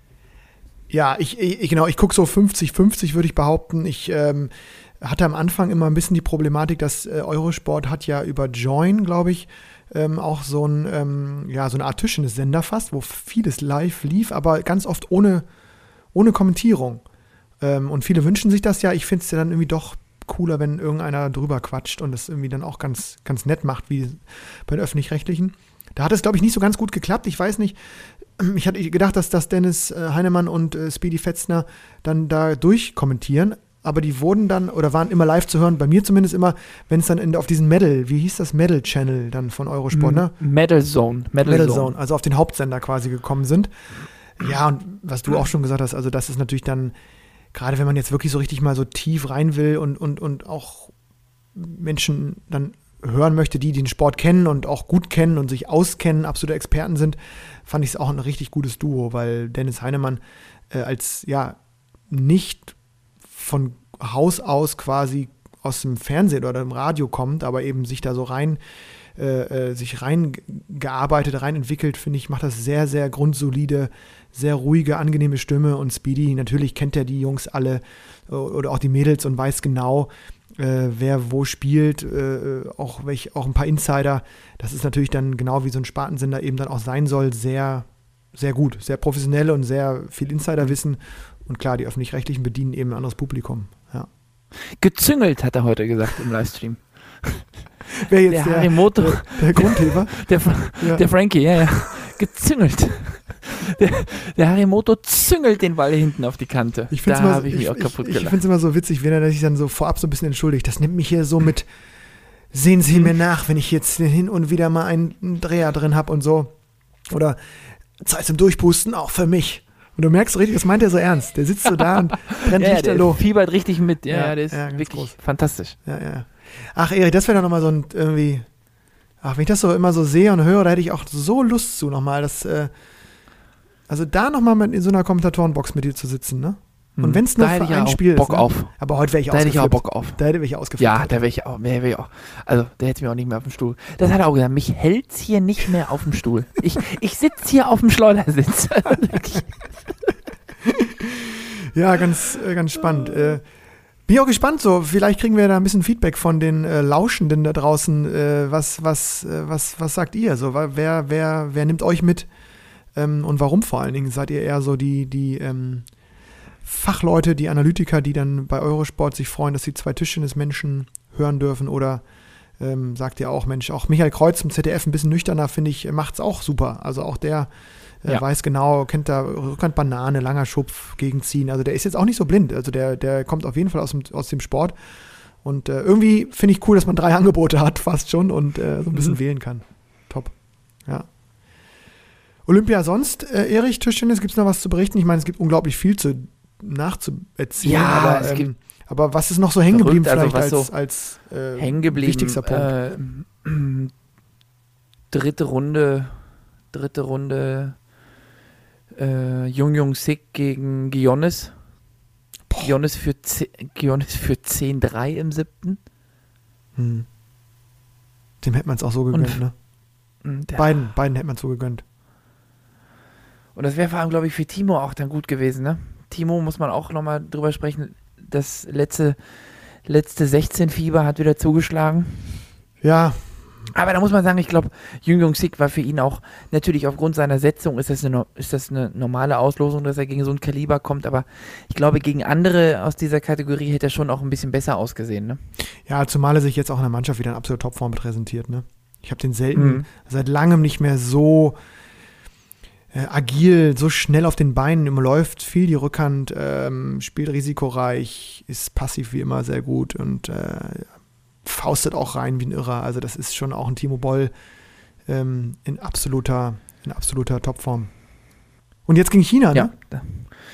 S2: Ja, ich, ich genau, ich gucke so fünfzig fünfzig, würde ich behaupten. Ich ähm, hatte am Anfang immer ein bisschen die Problematik, dass äh, Eurosport hat ja über Join, glaube ich, ähm, auch so, ein, ähm, ja, so eine Art Tischtennis-Sender fast, wo vieles live lief, aber ganz oft ohne, ohne Kommentierung. Ähm, und viele wünschen sich das ja. Ich finde es ja dann irgendwie doch cooler, wenn irgendeiner drüber quatscht und das irgendwie dann auch ganz, ganz nett macht, wie bei den Öffentlich-Rechtlichen. Da hat es, glaube ich, nicht so ganz gut geklappt. Ich weiß nicht, ich hatte gedacht, dass, dass Dennis äh, Heinemann und äh, Speedy Fetzner dann da durchkommentieren, aber die wurden dann, oder waren immer live zu hören, bei mir zumindest immer, wenn es dann in, auf diesen Medal, wie hieß das, Medal-Channel dann von Eurosport, ne?
S3: Medal Zone. Medal,
S2: Medal
S3: Zone.
S2: Zone, also auf den Hauptsender quasi gekommen sind. Ja, und was du auch schon gesagt hast, also das ist natürlich dann, gerade wenn man jetzt wirklich so richtig mal so tief rein will und, und, und auch Menschen dann hören möchte, die den Sport kennen und auch gut kennen und sich auskennen, absolute Experten sind, fand ich es auch ein richtig gutes Duo, weil Dennis Heinemann äh, als, ja, nicht von Haus aus quasi aus dem Fernsehen oder dem Radio kommt, aber eben sich da so rein, äh, sich reingearbeitet, rein entwickelt, finde ich, macht das sehr, sehr grundsolide, sehr ruhige, angenehme Stimme und Speedy, natürlich kennt er die Jungs alle äh, oder auch die Mädels und weiß genau, Äh, wer wo spielt, äh, auch, welch, auch ein paar Insider. Das ist natürlich dann genau wie so ein Spartensender eben dann auch sein soll, sehr, sehr gut, sehr professionell und sehr viel Insiderwissen. Und klar, die Öffentlich-Rechtlichen bedienen eben ein anderes Publikum. Ja.
S3: Gezüngelt, hat er heute gesagt im Livestream.
S2: Wer jetzt
S3: der
S2: der,
S3: Harimoto,
S2: der, der Grundheber?
S3: Der,
S2: ja.
S3: der Frankie, ja, ja. Gezüngelt. Der, der Harimoto züngelt den Ball hinten auf die Kante.
S2: Ich
S3: da
S2: habe
S3: ich mich
S2: ich,
S3: auch kaputt
S2: ich,
S3: gelacht.
S2: Ich finde es immer so witzig, wenn er sich dann so vorab so ein bisschen entschuldigt. Das nimmt mich hier so mit, sehen Sie mir nach, wenn ich jetzt hin und wieder mal einen Dreher drin habe und so. Oder Zeit zum Durchpusten, auch für mich. Und du merkst richtig, das meint er so ernst. Der sitzt so da und brennt
S3: ja,
S2: lichterloh.
S3: Der fiebert richtig mit. Ja,
S2: Ja,
S3: ja der ist
S2: ja, ganz
S3: wirklich
S2: groß.
S3: fantastisch.
S2: Ja, ja. Ach, Erik, das wäre doch nochmal so ein irgendwie. Ach, wenn ich das so immer so sehe und höre, da hätte ich auch so Lust zu nochmal. Das, äh, also da nochmal in so einer Kommentatorenbox mit dir zu sitzen, ne? Und wenn es nur
S3: Da
S2: für
S3: hätte ich
S2: ein
S3: auch
S2: Spiel
S3: Bock
S2: ist. Ne?
S3: auf.
S2: Aber heute wäre ich
S3: Da hätte ich auch
S2: ausgeflippt.
S3: Bock auf.
S2: Da hätte ich ausgeflippt.
S3: Ja, da wäre ich auch, wär ich auch. Also, der hätte mich auch nicht mehr auf dem Stuhl. Das hat er auch gesagt, mich hält's hier nicht mehr auf dem Stuhl. Ich, ich sitze hier auf dem Schleudersitz.
S2: Ja, ganz, äh, ganz spannend. Äh, bin ich auch gespannt so. Vielleicht kriegen wir da ein bisschen Feedback von den äh, Lauschenden da draußen. Äh, was, was, äh, was, was sagt ihr? So, wer, wer, wer nimmt euch mit? Ähm, und warum vor allen Dingen? Seid ihr eher so die, die ähm, Fachleute, die Analytiker, die dann bei Eurosport sich freuen, dass sie zwei Tischtennismenschen hören dürfen? Oder ähm, sagt ihr auch, Mensch, auch Michael Kreuz im Z D F ein bisschen nüchterner, finde ich, macht's auch super. Also auch der äh,
S3: Ja.
S2: weiß genau, kennt da Rückhand Banane, langer Schupf, gegenziehen. Also der ist jetzt auch nicht so blind. Also der, der kommt auf jeden Fall aus dem, aus dem Sport. Und äh, irgendwie finde ich cool, dass man drei Angebote hat, fast schon, und äh, so ein bisschen
S3: Mhm.
S2: wählen kann. Top. Ja. Olympia sonst, äh, Erich, Tischtennis, gibt es noch was zu berichten? Ich meine, es gibt unglaublich viel zu nachzuerzählen.
S3: Ja,
S2: aber,
S3: es
S2: ähm,
S3: gibt
S2: aber was ist noch so hängen geblieben
S3: verrückt,
S2: vielleicht
S3: also was
S2: als,
S3: so
S2: als äh,
S3: hängen geblieben.
S2: wichtigster Punkt?
S3: Äh, dritte Runde, dritte Runde äh, Jung Jung Sik gegen Gionis. Gionis für, Gionis für zehn drei im siebten.
S2: Hm. Dem hätte man es auch so gegönnt,
S3: Und-
S2: ne?
S3: Der,
S2: Beiden, beiden hätte man es so gegönnt.
S3: Und das wäre vor allem, glaube ich, für Timo auch dann gut gewesen, ne? Timo muss man auch nochmal drüber sprechen. Das letzte, letzte sechzehn Fieber hat wieder zugeschlagen.
S2: Ja,
S3: Aber da muss man sagen, ich glaube, Jung Jung Sik war für ihn auch, natürlich aufgrund seiner Setzung ist das, eine, no- ist das eine normale Auslosung, dass er gegen so ein Kaliber kommt, aber ich glaube, gegen andere aus dieser Kategorie hätte er schon auch ein bisschen besser ausgesehen, ne?
S2: ja, zumal er sich jetzt auch in der Mannschaft wieder in absoluter Topform präsentiert, ne? Ich habe den selten,
S3: Mhm.
S2: seit langem nicht mehr so äh, agil, so schnell auf den Beinen, immer läuft viel die Rückhand, ähm, spielt risikoreich, ist passiv wie immer sehr gut und äh, faustet auch rein wie ein Irrer. Also das ist schon auch ein Timo Boll ähm, in absoluter, in absoluter Topform. Und jetzt gegen China,
S3: Ja.
S2: ne?
S3: Da.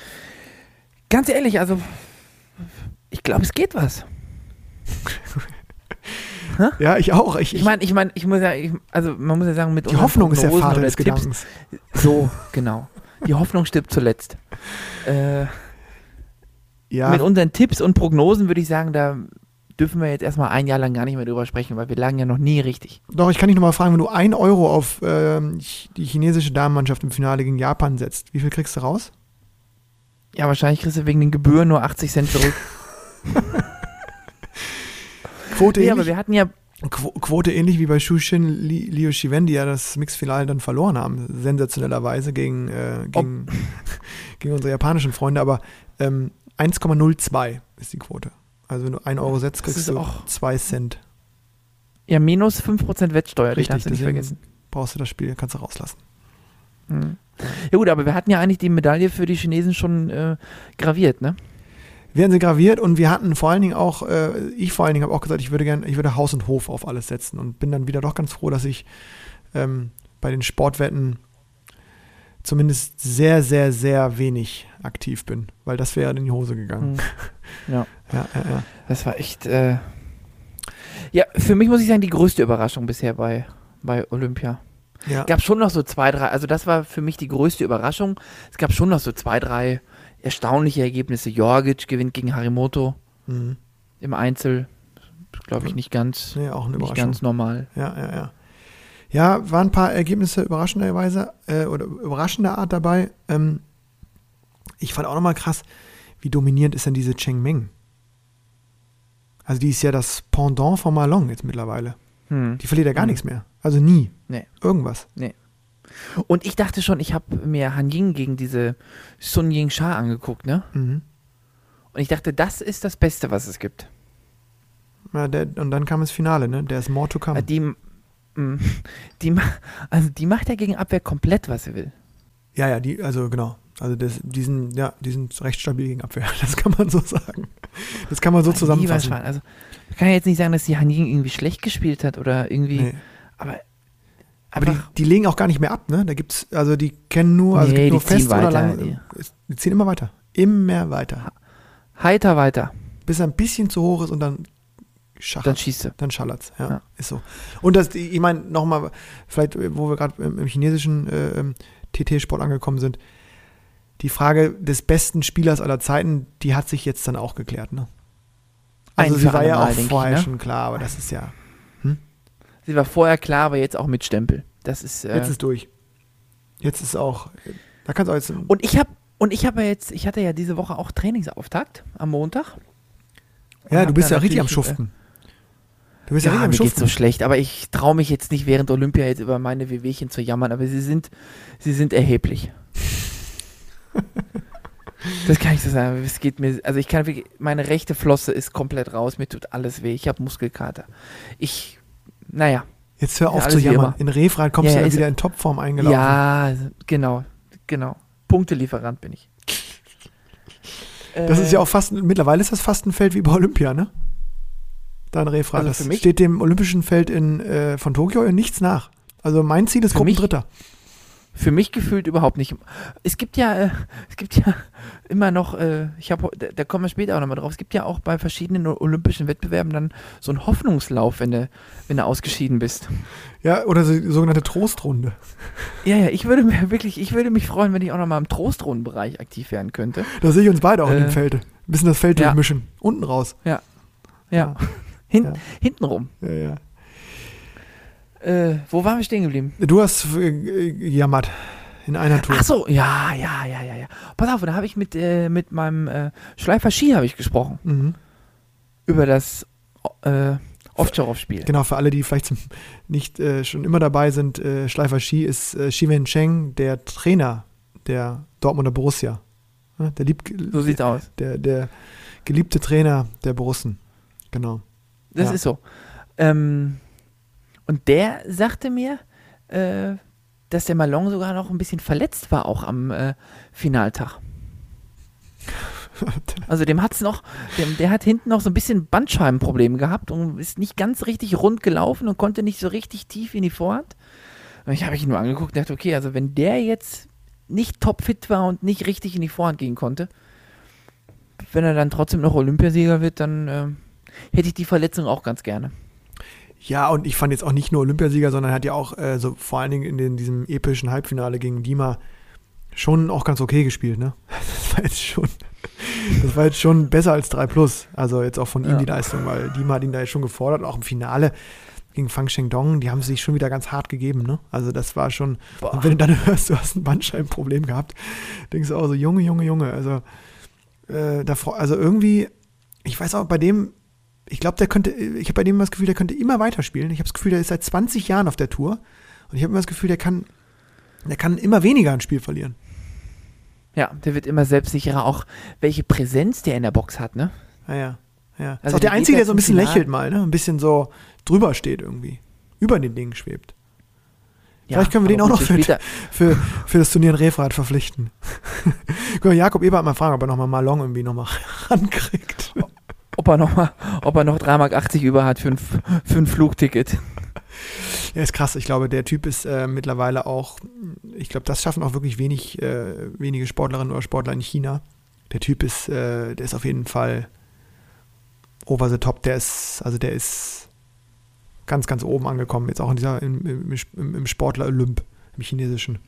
S3: Ganz ehrlich, also ich glaube, es geht was.
S2: Ja, ich auch. Ich,
S3: Ich meine, ich meine, ich muss ja, ich, also man muss ja sagen, mit
S2: die
S3: unseren
S2: Hoffnung ist der
S3: Prognosen
S2: Vater
S3: oder
S2: des
S3: Tipps,
S2: Gedankens.
S3: So, genau. Die Hoffnung stirbt zuletzt. Äh,
S2: Ja,
S3: Mit unseren Tipps und Prognosen würde ich sagen, da dürfen wir jetzt erstmal ein Jahr lang gar nicht mehr drüber sprechen, weil wir lagen ja noch nie richtig.
S2: doch, ich kann dich nochmal fragen, wenn du ein Euro auf ähm, ch- die chinesische Damenmannschaft im Finale gegen Japan setzt, wie viel kriegst du raus?
S3: Ja, wahrscheinlich kriegst du wegen den Gebühren nur achtzig Cent zurück.
S2: Quote,
S3: Nee, aber
S2: ähnlich,
S3: wir hatten ja,
S2: Qu Quote ähnlich wie bei Shushin Li Liu Shiwen, die ja das Mixfinale dann verloren haben, sensationellerweise gegen, äh, gegen, gegen unsere japanischen Freunde, aber ähm, eins Komma null zwei ist die Quote. Also wenn du ein Euro setzt,
S3: Das
S2: kriegst
S3: ist
S2: du
S3: auch-
S2: zwei Cent.
S3: ja minus fünf Prozent Wettsteuer, das
S2: Richtig,
S3: darfst du nicht
S2: deswegen
S3: vergessen.
S2: brauchst du das Spiel, kannst du rauslassen.
S3: Mhm. Ja gut, aber wir hatten ja eigentlich die Medaille für die Chinesen schon äh, graviert, ne?
S2: Werden sie graviert und wir hatten vor allen Dingen auch, äh, ich vor allen Dingen habe auch gesagt, ich würde gerne, ich würde Haus und Hof auf alles setzen und bin dann wieder doch ganz froh, dass ich ähm, bei den Sportwetten zumindest sehr, sehr, sehr wenig aktiv bin, weil das wäre in die Hose gegangen.
S3: Mhm. Ja.
S2: Ja, ja, ja.
S3: Das war echt, äh ja, für mich muss ich sagen, die größte Überraschung bisher bei, bei Olympia.
S2: ja.
S3: Es gab schon noch so zwei, drei, also das war für mich die größte Überraschung. Es gab schon noch so zwei, drei erstaunliche Ergebnisse. Jorgic gewinnt gegen Harimoto
S2: Mhm.
S3: im Einzel. Glaube ich nicht ganz,
S2: Nee, auch eine
S3: nicht
S2: Überraschung.
S3: ganz normal.
S2: Ja, ja, ja. Ja, waren ein paar Ergebnisse überraschenderweise äh, oder überraschender Art dabei. Ähm, ich fand auch nochmal krass, wie dominierend ist denn diese Cheng Meng? Also die ist ja das Pendant von Malong jetzt mittlerweile.
S3: Hm.
S2: Die verliert ja gar
S3: Hm.
S2: nichts mehr. Also nie.
S3: Nee.
S2: Irgendwas.
S3: Und ich dachte schon, ich habe mir Han Ying gegen diese Sun Ying Sha angeguckt, ne?
S2: Mhm.
S3: Und ich dachte, das ist das Beste, was es gibt.
S2: Ja, der, und dann kam das Finale, ne? Der ist more to come.
S3: Äh, Die, mm, die, ma- also die macht ja gegen Abwehr komplett, was sie will.
S2: Ja, ja, die, also genau. Also das, die, sind, ja, die sind recht stabil gegen Abwehr. Das kann man so sagen. Das kann man so
S3: Mein lieber
S2: zusammenfassen.
S3: Schwan, also, ich kann ja jetzt nicht sagen, dass die Han Ying irgendwie schlecht gespielt hat oder irgendwie,
S2: Nee.
S3: aber
S2: Aber die, die legen auch gar nicht mehr ab, ne? Da gibt's, also die kennen nur, also
S3: Nee,
S2: es gibt nur
S3: die ziehen
S2: fest oder
S3: weiter,
S2: lang.
S3: die-
S2: Die ziehen immer weiter. Immer weiter.
S3: Heiter weiter.
S2: Bis er ein bisschen zu hoch ist und dann schachert.
S3: Dann schießt du.
S2: Dann schallert's, ja,
S3: Ja.
S2: ist so. Und das, ich meine, nochmal, vielleicht, wo wir gerade im, im chinesischen äh, ähm, T T-Sport angekommen sind, die Frage des besten Spielers aller Zeiten, die hat sich jetzt dann auch geklärt, ne? Also
S3: Ein
S2: sie
S3: für
S2: war
S3: alle
S2: ja
S3: Mal,
S2: auch
S3: denke ich,
S2: vorher
S3: ne?
S2: schon klar, aber das ist ja,
S3: Sie war vorher klar, aber jetzt auch mit Stempel. Das ist. Äh,
S2: jetzt ist durch. Jetzt ist auch, da kannst du auch jetzt,
S3: und ich habe und ich habe ja jetzt, ich hatte ja diese Woche auch Trainingsauftakt am Montag.
S2: ja,
S3: hab
S2: du bist
S3: da
S2: ja richtig am
S3: natürlich,
S2: Schuften. Du bist
S3: Ja,
S2: ja,
S3: mir
S2: richtig am
S3: geht's so
S2: Schuften.
S3: schlecht, aber ich traue mich jetzt nicht während Olympia jetzt über meine Wehwehchen zu jammern, aber sie sind, sie sind erheblich. Das kann ich so sagen. Es geht mir, also ich kann wirklich, meine rechte Flosse ist komplett raus, mir tut alles weh, ich habe Muskelkater. Ich, naja,
S2: Jetzt hör
S3: Ja,
S2: auf
S3: alles
S2: zu
S3: wie
S2: jammern.
S3: immer.
S2: In Refrain kommst
S3: Ja,
S2: du
S3: ja,
S2: dann
S3: ist-
S2: wieder in Topform eingelaufen.
S3: ja, genau, genau. Punktelieferant bin ich.
S2: Das
S3: Äh,
S2: ist ja auch fast, mittlerweile ist das fast ein Feld wie bei Olympia, ne? Dein Refrain.
S3: Also
S2: das
S3: für mich-
S2: steht dem olympischen Feld in, äh, von Tokio in nichts nach. Also mein Ziel ist
S3: Für mich-
S2: Gruppendritter.
S3: Für mich gefühlt überhaupt nicht. Es gibt ja, äh, es gibt ja immer noch, äh, ich habe, da, da kommen wir später auch nochmal drauf, es gibt ja auch bei verschiedenen olympischen Wettbewerben dann so einen Hoffnungslauf, wenn du, wenn du ausgeschieden bist.
S2: Ja, oder so, die sogenannte Trostrunde.
S3: Ja, ja, ich würde mir wirklich, ich würde mich freuen, wenn ich auch nochmal im Trostrundenbereich aktiv werden könnte.
S2: Da sehe ich uns beide auch in
S3: Äh,
S2: dem Feld. Ein bisschen das Feld
S3: ja.
S2: durchmischen. Unten raus.
S3: Ja.
S2: Ja.
S3: Hin,
S2: Ja.
S3: Hintenrum.
S2: Ja, ja.
S3: Äh, wo waren wir stehen geblieben?
S2: Du hast äh, gejammert in einer Tour.
S3: Ach so, ja, ja, ja, ja, ja. Pass auf, da habe ich mit, äh, mit meinem äh, Schleifer Ski habe ich gesprochen.
S2: Mhm.
S3: Über das äh, Ovtcharov-Spiel.
S2: Genau, für alle, die vielleicht nicht äh, schon immer dabei sind, äh, Schleifer Ski ist äh, Xi Wencheng, der Trainer der Dortmunder Borussia. Ja, der, lieb,
S3: So sieht's aus.
S2: der, der geliebte Trainer der Borussen. Genau.
S3: Das
S2: Ja.
S3: ist so. Ähm, und der sagte mir, äh, dass der Malone sogar noch ein bisschen verletzt war, auch am äh, Finaltag. Also dem hat's noch, dem, der hat hinten noch so ein bisschen Bandscheibenprobleme gehabt und ist nicht ganz richtig rund gelaufen und konnte nicht so richtig tief in die Vorhand. Und ich habe mich nur angeguckt und dachte, okay, also wenn der jetzt nicht topfit war und nicht richtig in die Vorhand gehen konnte, wenn er dann trotzdem noch Olympiasieger wird, dann äh, hätte ich die Verletzung auch ganz gerne.
S2: Ja, und ich fand jetzt auch nicht nur Olympiasieger, sondern er hat ja auch äh, so vor allen Dingen in den, diesem epischen Halbfinale gegen Dima schon auch ganz okay gespielt, ne? Das war jetzt schon, das war jetzt schon besser als drei plus. Also jetzt auch von ihm
S3: Ja.
S2: die Leistung, weil Dima hat ihn da jetzt schon gefordert, auch im Finale gegen Fang Shengdong, die haben sich schon wieder ganz hart gegeben, ne? Also das war schon,
S3: Boah.
S2: und wenn du dann hörst, du hast ein Bandscheibenproblem gehabt, denkst du auch so, Junge, Junge, Junge, also äh, davor, also irgendwie, ich weiß auch, bei dem, ich glaube, der könnte, ich habe bei dem das Gefühl, der könnte immer weiterspielen. Ich habe das Gefühl, der ist seit zwanzig Jahren auf der Tour und ich habe immer das Gefühl, der kann, der kann immer weniger ein Spiel verlieren.
S3: Ja, der wird immer selbstsicherer, auch welche Präsenz der in der Box hat, ne?
S2: Naja, ja. Ist
S3: Also
S2: auch der
S3: der geht
S2: Einzige,
S3: ja
S2: der so ein
S3: zum
S2: bisschen
S3: Finale.
S2: lächelt mal, ne? Ein bisschen so drüber steht irgendwie. Über den Dingen schwebt.
S3: Ja,
S2: Vielleicht können wir den auch
S3: aber
S2: noch
S3: gut,
S2: für,
S3: der spielt
S2: für, für das Turnier in Refrath verpflichten. Können wir Jakob Ebert mal fragen, ob er nochmal Malong irgendwie nochmal rankriegt.
S3: da, ob er noch mal, ob er noch drei Mark achtzig über hat für ein, für ein Flugticket.
S2: Ja, ist krass. Ich glaube, der Typ ist äh, mittlerweile auch, ich glaube, das schaffen auch wirklich wenig, äh, wenige Sportlerinnen oder Sportler in China. Der Typ ist, äh, der ist auf jeden Fall over the top. Der ist, also der ist ganz, ganz oben angekommen. Jetzt auch in dieser, im, im, im, im Sportler-Olymp, im chinesischen.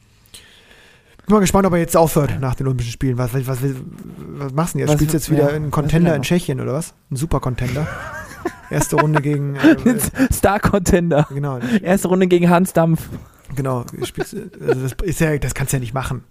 S2: Bin mal gespannt, ob er jetzt aufhört nach den Olympischen Spielen. Was, was, was, was machst du denn jetzt?
S3: Was-
S2: Spielst du jetzt wieder
S3: ja,
S2: einen
S3: was
S2: Contender
S3: will er
S2: in
S3: noch?
S2: Tschechien oder was? Ein Super-Contender? Erste Runde gegen, äh,
S3: Star-Contender.
S2: genau,
S3: Erste Runde gegen Hans Dampf.
S2: Genau, spielst, also das ist ja, das kannst du ja nicht machen.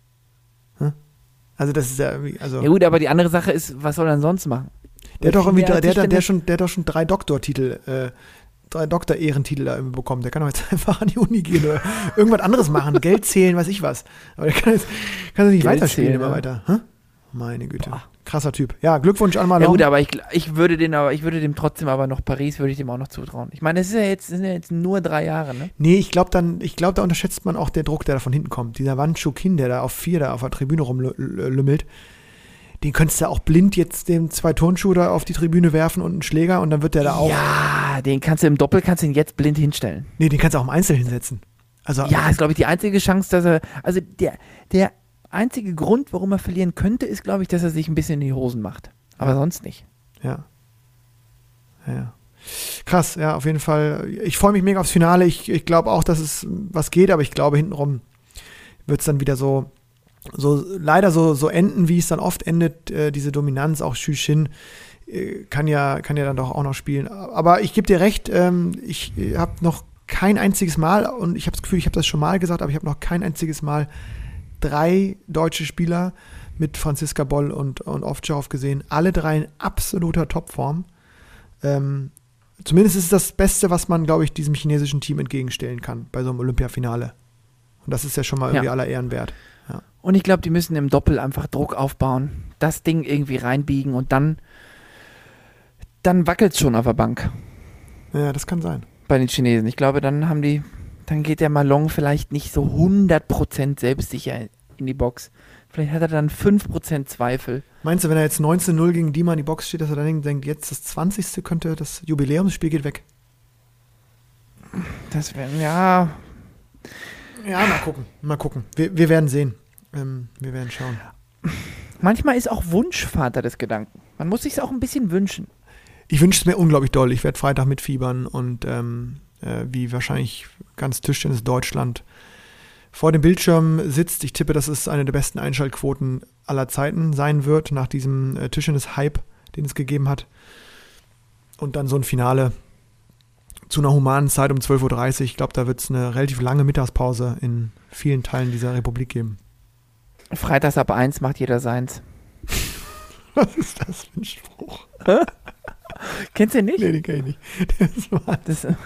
S2: Hm? Also das ist ja irgendwie, also
S3: Ja gut, aber die andere Sache ist, was soll er denn sonst machen?
S2: der hat doch irgendwie,
S3: Viele
S2: der, der, der,
S3: Tischtennis-
S2: schon, der hat doch schon drei Doktortitel, äh, drei Doktor-Ehrentitel da irgendwie bekommen. Der kann doch jetzt einfach an die Uni gehen oder irgendwas anderes machen, Geld zählen, weiß ich was. Aber der kann jetzt, kann nicht
S3: Geld
S2: weiterspielen
S3: zählen,
S2: immer
S3: ja.
S2: weiter. Hm? Meine Güte.
S3: Boah.
S2: Krasser Typ. Ja, Glückwunsch an Malone.
S3: Ja gut, aber ich, ich würde den aber, ich würde dem trotzdem aber noch Paris, würde ich dem auch noch zutrauen. Ich meine, es ist ja jetzt, sind ja jetzt nur drei Jahre, ne?
S2: Nee, ich glaube dann, ich glaube, da unterschätzt man auch den Druck, der da von hinten kommt. Dieser Wan Chukin, der da auf vier da auf der Tribüne rumlümmelt, den könntest du auch blind jetzt dem zwei Turnschuhe da auf die Tribüne werfen und einen Schläger und dann wird der da auch.
S3: Ja, den kannst du im Doppel, kannst du ihn jetzt blind hinstellen.
S2: Nee, den kannst du auch im Einzel hinsetzen. Also,
S3: Ja, ist, glaube ich, die einzige Chance, dass er, also der, der einzige Grund, warum er verlieren könnte, ist, glaube ich, dass er sich ein bisschen in die Hosen macht. Aber
S2: Ja.
S3: sonst nicht.
S2: Ja. Ja, ja. Krass, ja, auf jeden Fall. Ich freue mich mega aufs Finale. Ich, ich glaube auch, dass es was geht, aber ich glaube, hintenrum wird es dann wieder so, so leider so, so enden, wie es dann oft endet, äh, diese Dominanz, auch Xu Xin äh, kann ja, kann ja dann doch auch noch spielen. Aber ich gebe dir recht, ähm, ich habe noch kein einziges Mal, und ich habe das Gefühl, ich habe das schon mal gesagt, aber ich habe noch kein einziges Mal drei deutsche Spieler mit Franziska Boll und, und Ovtcharov gesehen. Alle drei in absoluter Topform. Ähm, zumindest ist es das Beste, was man, glaube ich, diesem chinesischen Team entgegenstellen kann bei so einem Olympiafinale. Und das ist ja schon mal irgendwie
S3: Ja.
S2: aller Ehren wert. Ja.
S3: Und ich glaube, die müssen im Doppel einfach Druck aufbauen, das Ding irgendwie reinbiegen und dann, dann wackelt es schon auf der Bank
S2: Ja, das kann sein.
S3: bei den Chinesen. Ich glaube, dann haben die, dann geht der Malong vielleicht nicht so hundert Prozent selbstsicher in die Box. Vielleicht hat er dann fünf Prozent Zweifel.
S2: Meinst du, wenn er jetzt neunzehn null gegen Dima in die Box steht, dass er dann denkt, jetzt das zwanzigste könnte, das Jubiläumsspiel geht weg?
S3: Das wäre, ja,
S2: Ja, mal gucken. Mal gucken. Wir, wir werden sehen. Ähm, wir werden schauen.
S3: manchmal ist auch Wunsch Vater des Gedanken. Man muss sich auch ein bisschen wünschen.
S2: Ich wünsche es mir unglaublich doll. Ich werde Freitag mitfiebern und ähm, äh, wie wahrscheinlich ganz Tischtennis Deutschland vor dem Bildschirm sitzt. Ich tippe, dass es eine der besten Einschaltquoten aller Zeiten sein wird, nach diesem äh, Tischtennis-Hype, den es gegeben hat. Und dann so ein Finale zu einer humanen Zeit um zwölf Uhr dreißig. Ich glaube, da wird es eine relativ lange Mittagspause in vielen Teilen dieser Republik geben.
S3: Freitags ab eins macht jeder seins.
S2: Was ist das für ein Spruch?
S3: Kennst du den nicht?
S2: Nee, den kenn ich nicht. Das war
S3: Das, äh,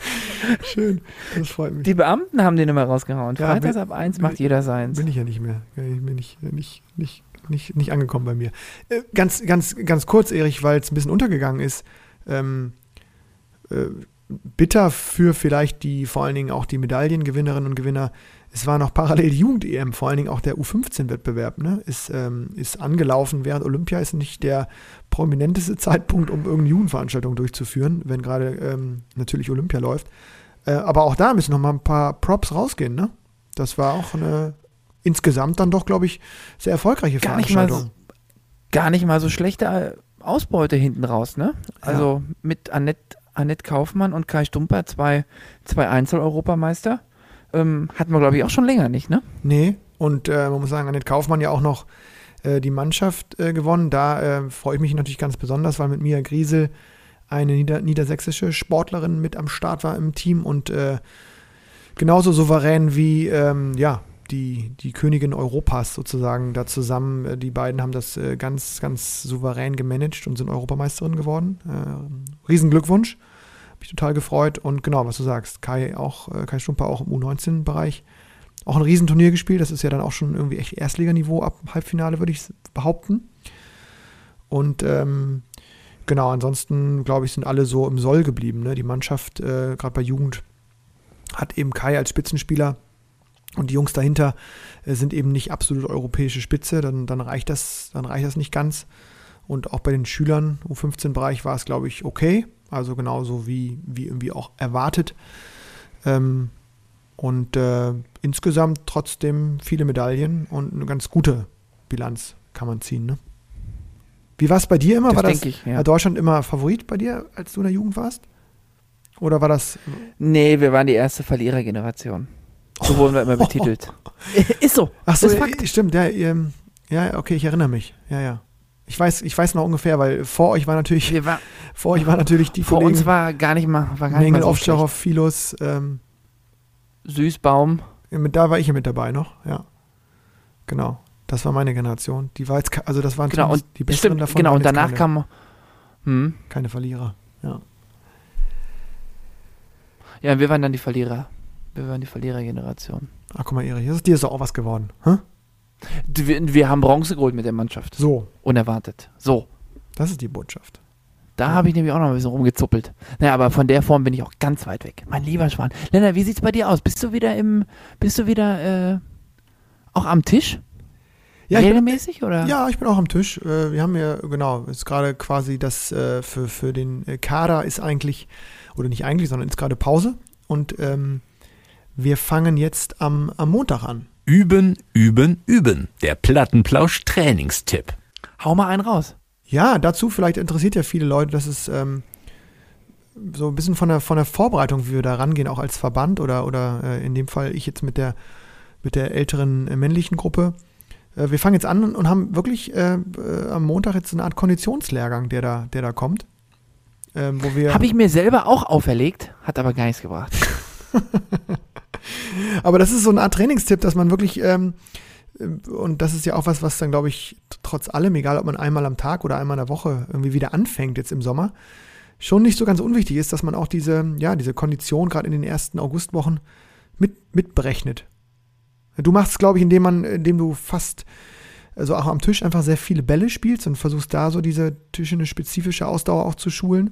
S2: schön. Das freut mich.
S3: die Beamten haben den immer rausgehauen.
S2: Ja,
S3: Freitags
S2: bin-
S3: ab eins
S2: bin-
S3: macht jeder seins.
S2: Bin ich ja nicht mehr. Ich bin nicht, nicht, nicht, nicht, nicht angekommen bei mir. Äh, ganz, ganz, ganz kurz, Erich, weil es ein bisschen untergegangen ist. Ähm, äh, bitter für vielleicht die, vor allen Dingen auch die Medaillengewinnerinnen und Gewinner. Es war noch parallel die Jugend-E M, vor allen Dingen auch der U fünfzehn Wettbewerb, ne? Ist, ähm, ist angelaufen während Olympia, ist nicht der prominenteste Zeitpunkt, um irgendeine Jugendveranstaltung durchzuführen, wenn gerade ähm, natürlich Olympia läuft. Äh, aber auch da müssen noch mal ein paar Props rausgehen, ne? Das war auch eine insgesamt dann doch, glaube ich, sehr erfolgreiche
S3: Gar nicht mal
S2: Veranstaltung.
S3: so, gar nicht mal so schlechte Ausbeute hinten raus, ne? Also mit Annette, Annette Kaufmann und Kai Stumper, zwei, zwei Einzel-Europameister. Ähm, hatten wir, glaube ich, auch schon länger nicht, ne?
S2: Nee, und äh, man muss sagen, Annette Kaufmann ja auch noch äh, die Mannschaft äh, gewonnen. Da äh, freue ich mich natürlich ganz besonders, weil mit Mia Griesel eine nieder niedersächsische Sportlerin mit am Start war im Team und äh, genauso souverän wie ähm, ja, die, die Königin Europas sozusagen da zusammen. Äh, die beiden haben das äh, ganz, ganz souverän gemanagt und sind Europameisterin geworden. Äh, Riesenglückwunsch. Hab mich total gefreut. Und genau, was du sagst, Kai auch, äh, Kai Stumper auch im U neunzehn-Bereich. Auch ein Riesenturnier gespielt. Das ist ja dann auch schon irgendwie echt Erstliganiveau ab Halbfinale, würde ich behaupten. Und ähm, genau, ansonsten, glaube ich, sind alle so im Soll geblieben. Ne? Die Mannschaft, äh, gerade bei Jugend, hat eben Kai als Spitzenspieler. Und die Jungs dahinter äh, sind eben nicht absolut europäische Spitze. Dann, dann, reicht das, dann reicht das nicht ganz. Und auch bei den Schülern, U fünfzehn-Bereich, war es, glaube ich, okay. Also genauso wie, wie irgendwie auch erwartet. Ähm, und äh, insgesamt trotzdem viele Medaillen und eine ganz gute Bilanz kann man ziehen. Ne? Wie war es bei dir immer?
S3: Das
S2: War das
S3: denke ich, ja.
S2: war Deutschland immer Favorit bei dir, als du in der Jugend warst? Oder war das...
S3: Nee, wir waren die erste Verlierergeneration. So wurden wir immer betitelt. Ist so.
S2: Ach so,
S3: ist
S2: ja,
S3: Fakt.
S2: stimmt. Ja, ähm, ja, okay, ich erinnere mich. Ja, ja. Ich weiß, ich weiß noch ungefähr, weil vor euch war natürlich,
S3: Wir war,
S2: vor euch war natürlich die
S3: vor
S2: Kollegen
S3: uns war gar nicht mal, war gar nicht
S2: Mengel,
S3: mal so
S2: Ovtcharov, Philos, ähm,
S3: schlecht. Süßbaum.
S2: mit, da war ich ja mit dabei noch, ja. Genau. Das war meine Generation. Die war jetzt, ke- also das waren
S3: Genau, und
S2: die besseren
S3: stimmt,
S2: davon.
S3: genau,
S2: waren
S3: und
S2: jetzt
S3: danach
S2: keine,
S3: kam hm,
S2: keine Verlierer. Ja.
S3: ja, wir waren dann die Verlierer. Wir waren die Verlierergeneration.
S2: Ach, guck mal, Erich, das ist dir ist doch auch was geworden. Hä?
S3: Wir, wir haben Bronze geholt mit der Mannschaft.
S2: So,
S3: Unerwartet. So.
S2: das ist die Botschaft.
S3: Da habe ich nämlich auch noch ein bisschen rumgezuppelt. Naja, aber von der Form bin ich auch ganz weit weg. Mein lieber Schwan. Lennart, wie sieht's bei dir aus? Bist du wieder im, bist du wieder äh, auch am Tisch?
S2: Ja, ich bin,
S3: Regelmäßig oder?
S2: ja, ich bin auch am Tisch. Äh, Wir haben ja, genau, ist gerade quasi das äh, für, für den äh, Kader ist eigentlich, oder nicht eigentlich, sondern ist gerade Pause. Und ähm, Wir fangen jetzt am, am Montag an.
S4: Üben, üben, üben. Der Plattenplausch-Trainingstipp.
S3: Hau mal einen raus.
S2: Ja, dazu vielleicht interessiert ja viele Leute, dass es ähm, so ein bisschen von der, von der Vorbereitung, wie wir da rangehen, auch als Verband oder, oder äh, in dem Fall ich jetzt mit der, mit der älteren äh, männlichen Gruppe. Äh, wir fangen jetzt an und haben wirklich äh, äh, am Montag jetzt so eine Art Konditionslehrgang, der da, der da kommt. Ähm, wo wir
S3: Habe ich mir selber auch auferlegt, hat aber gar nichts gebracht.
S2: Aber das ist so eine Art Trainingstipp, dass man wirklich, ähm, und das ist ja auch was, was dann, glaube ich, trotz allem, egal ob man einmal am Tag oder einmal in der Woche irgendwie wieder anfängt jetzt im Sommer, schon nicht so ganz unwichtig ist, dass man auch diese, ja, diese Kondition gerade in den ersten Augustwochen mit, mitberechnet. Du machst es, glaube ich, indem man, indem du fast, also auch am Tisch einfach sehr viele Bälle spielst und versuchst da so diese tischende spezifische Ausdauer auch zu schulen.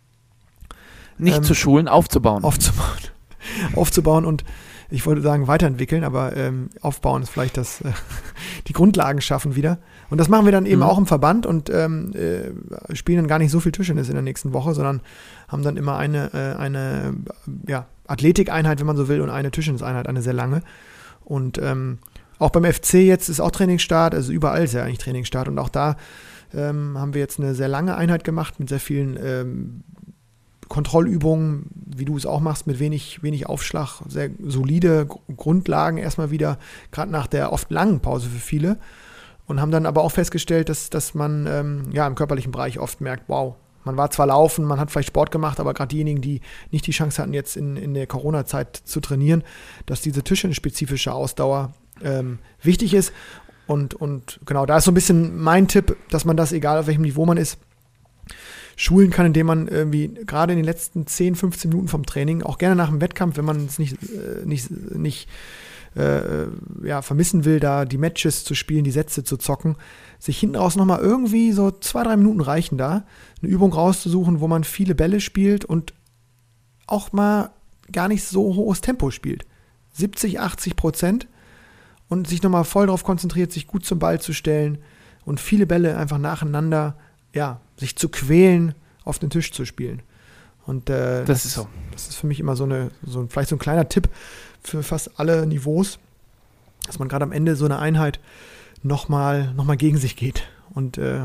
S3: Nicht
S2: Ähm,
S3: zu schulen, aufzubauen.
S2: Aufzubauen. aufzubauen und ich wollte sagen weiterentwickeln, aber ähm, aufbauen ist vielleicht das, äh, die Grundlagen schaffen wieder. Und das machen wir dann eben
S3: Mhm.
S2: auch im Verband und ähm, äh, spielen dann gar nicht so viel Tischtennis in der nächsten Woche, sondern haben dann immer eine, äh, eine äh, ja, Athletikeinheit, wenn man so will, und eine Tischtenniseinheit, eine sehr lange. Und ähm, auch beim F C jetzt ist auch Trainingsstart, also überall ist ja eigentlich Trainingsstart und auch da ähm, haben wir jetzt eine sehr lange Einheit gemacht mit sehr vielen ähm, Kontrollübungen, wie du es auch machst, mit wenig, wenig Aufschlag, sehr solide Gr- Grundlagen erstmal wieder, gerade nach der oft langen Pause für viele. Und haben dann aber auch festgestellt, dass, dass man ähm, ja, im körperlichen Bereich oft merkt, wow, man war zwar laufen, man hat vielleicht Sport gemacht, aber gerade diejenigen, die nicht die Chance hatten, jetzt in, in der Corona-Zeit zu trainieren, dass diese tischtennisspezifische Ausdauer ähm, wichtig ist. Und, und genau, da ist so ein bisschen mein Tipp, dass man das, egal auf welchem Niveau man ist, schulen kann, indem man irgendwie gerade in den letzten zehn, fünfzehn Minuten vom Training, auch gerne nach dem Wettkampf, wenn man es nicht, äh, nicht, nicht äh, ja, vermissen will, da die Matches zu spielen, die Sätze zu zocken, sich hinten raus nochmal irgendwie so zwei, drei Minuten reichen da, eine Übung rauszusuchen, wo man viele Bälle spielt und auch mal gar nicht so hohes Tempo spielt. siebzig, achtzig Prozent und sich nochmal voll darauf konzentriert, sich gut zum Ball zu stellen und viele Bälle einfach nacheinander, ja, sich zu quälen, auf den Tisch zu spielen. Und äh,
S3: Das ist so.
S2: Das ist für mich immer so eine, so ein, vielleicht so ein kleiner Tipp für fast alle Niveaus, dass man gerade am Ende so eine Einheit nochmal noch mal gegen sich geht und äh,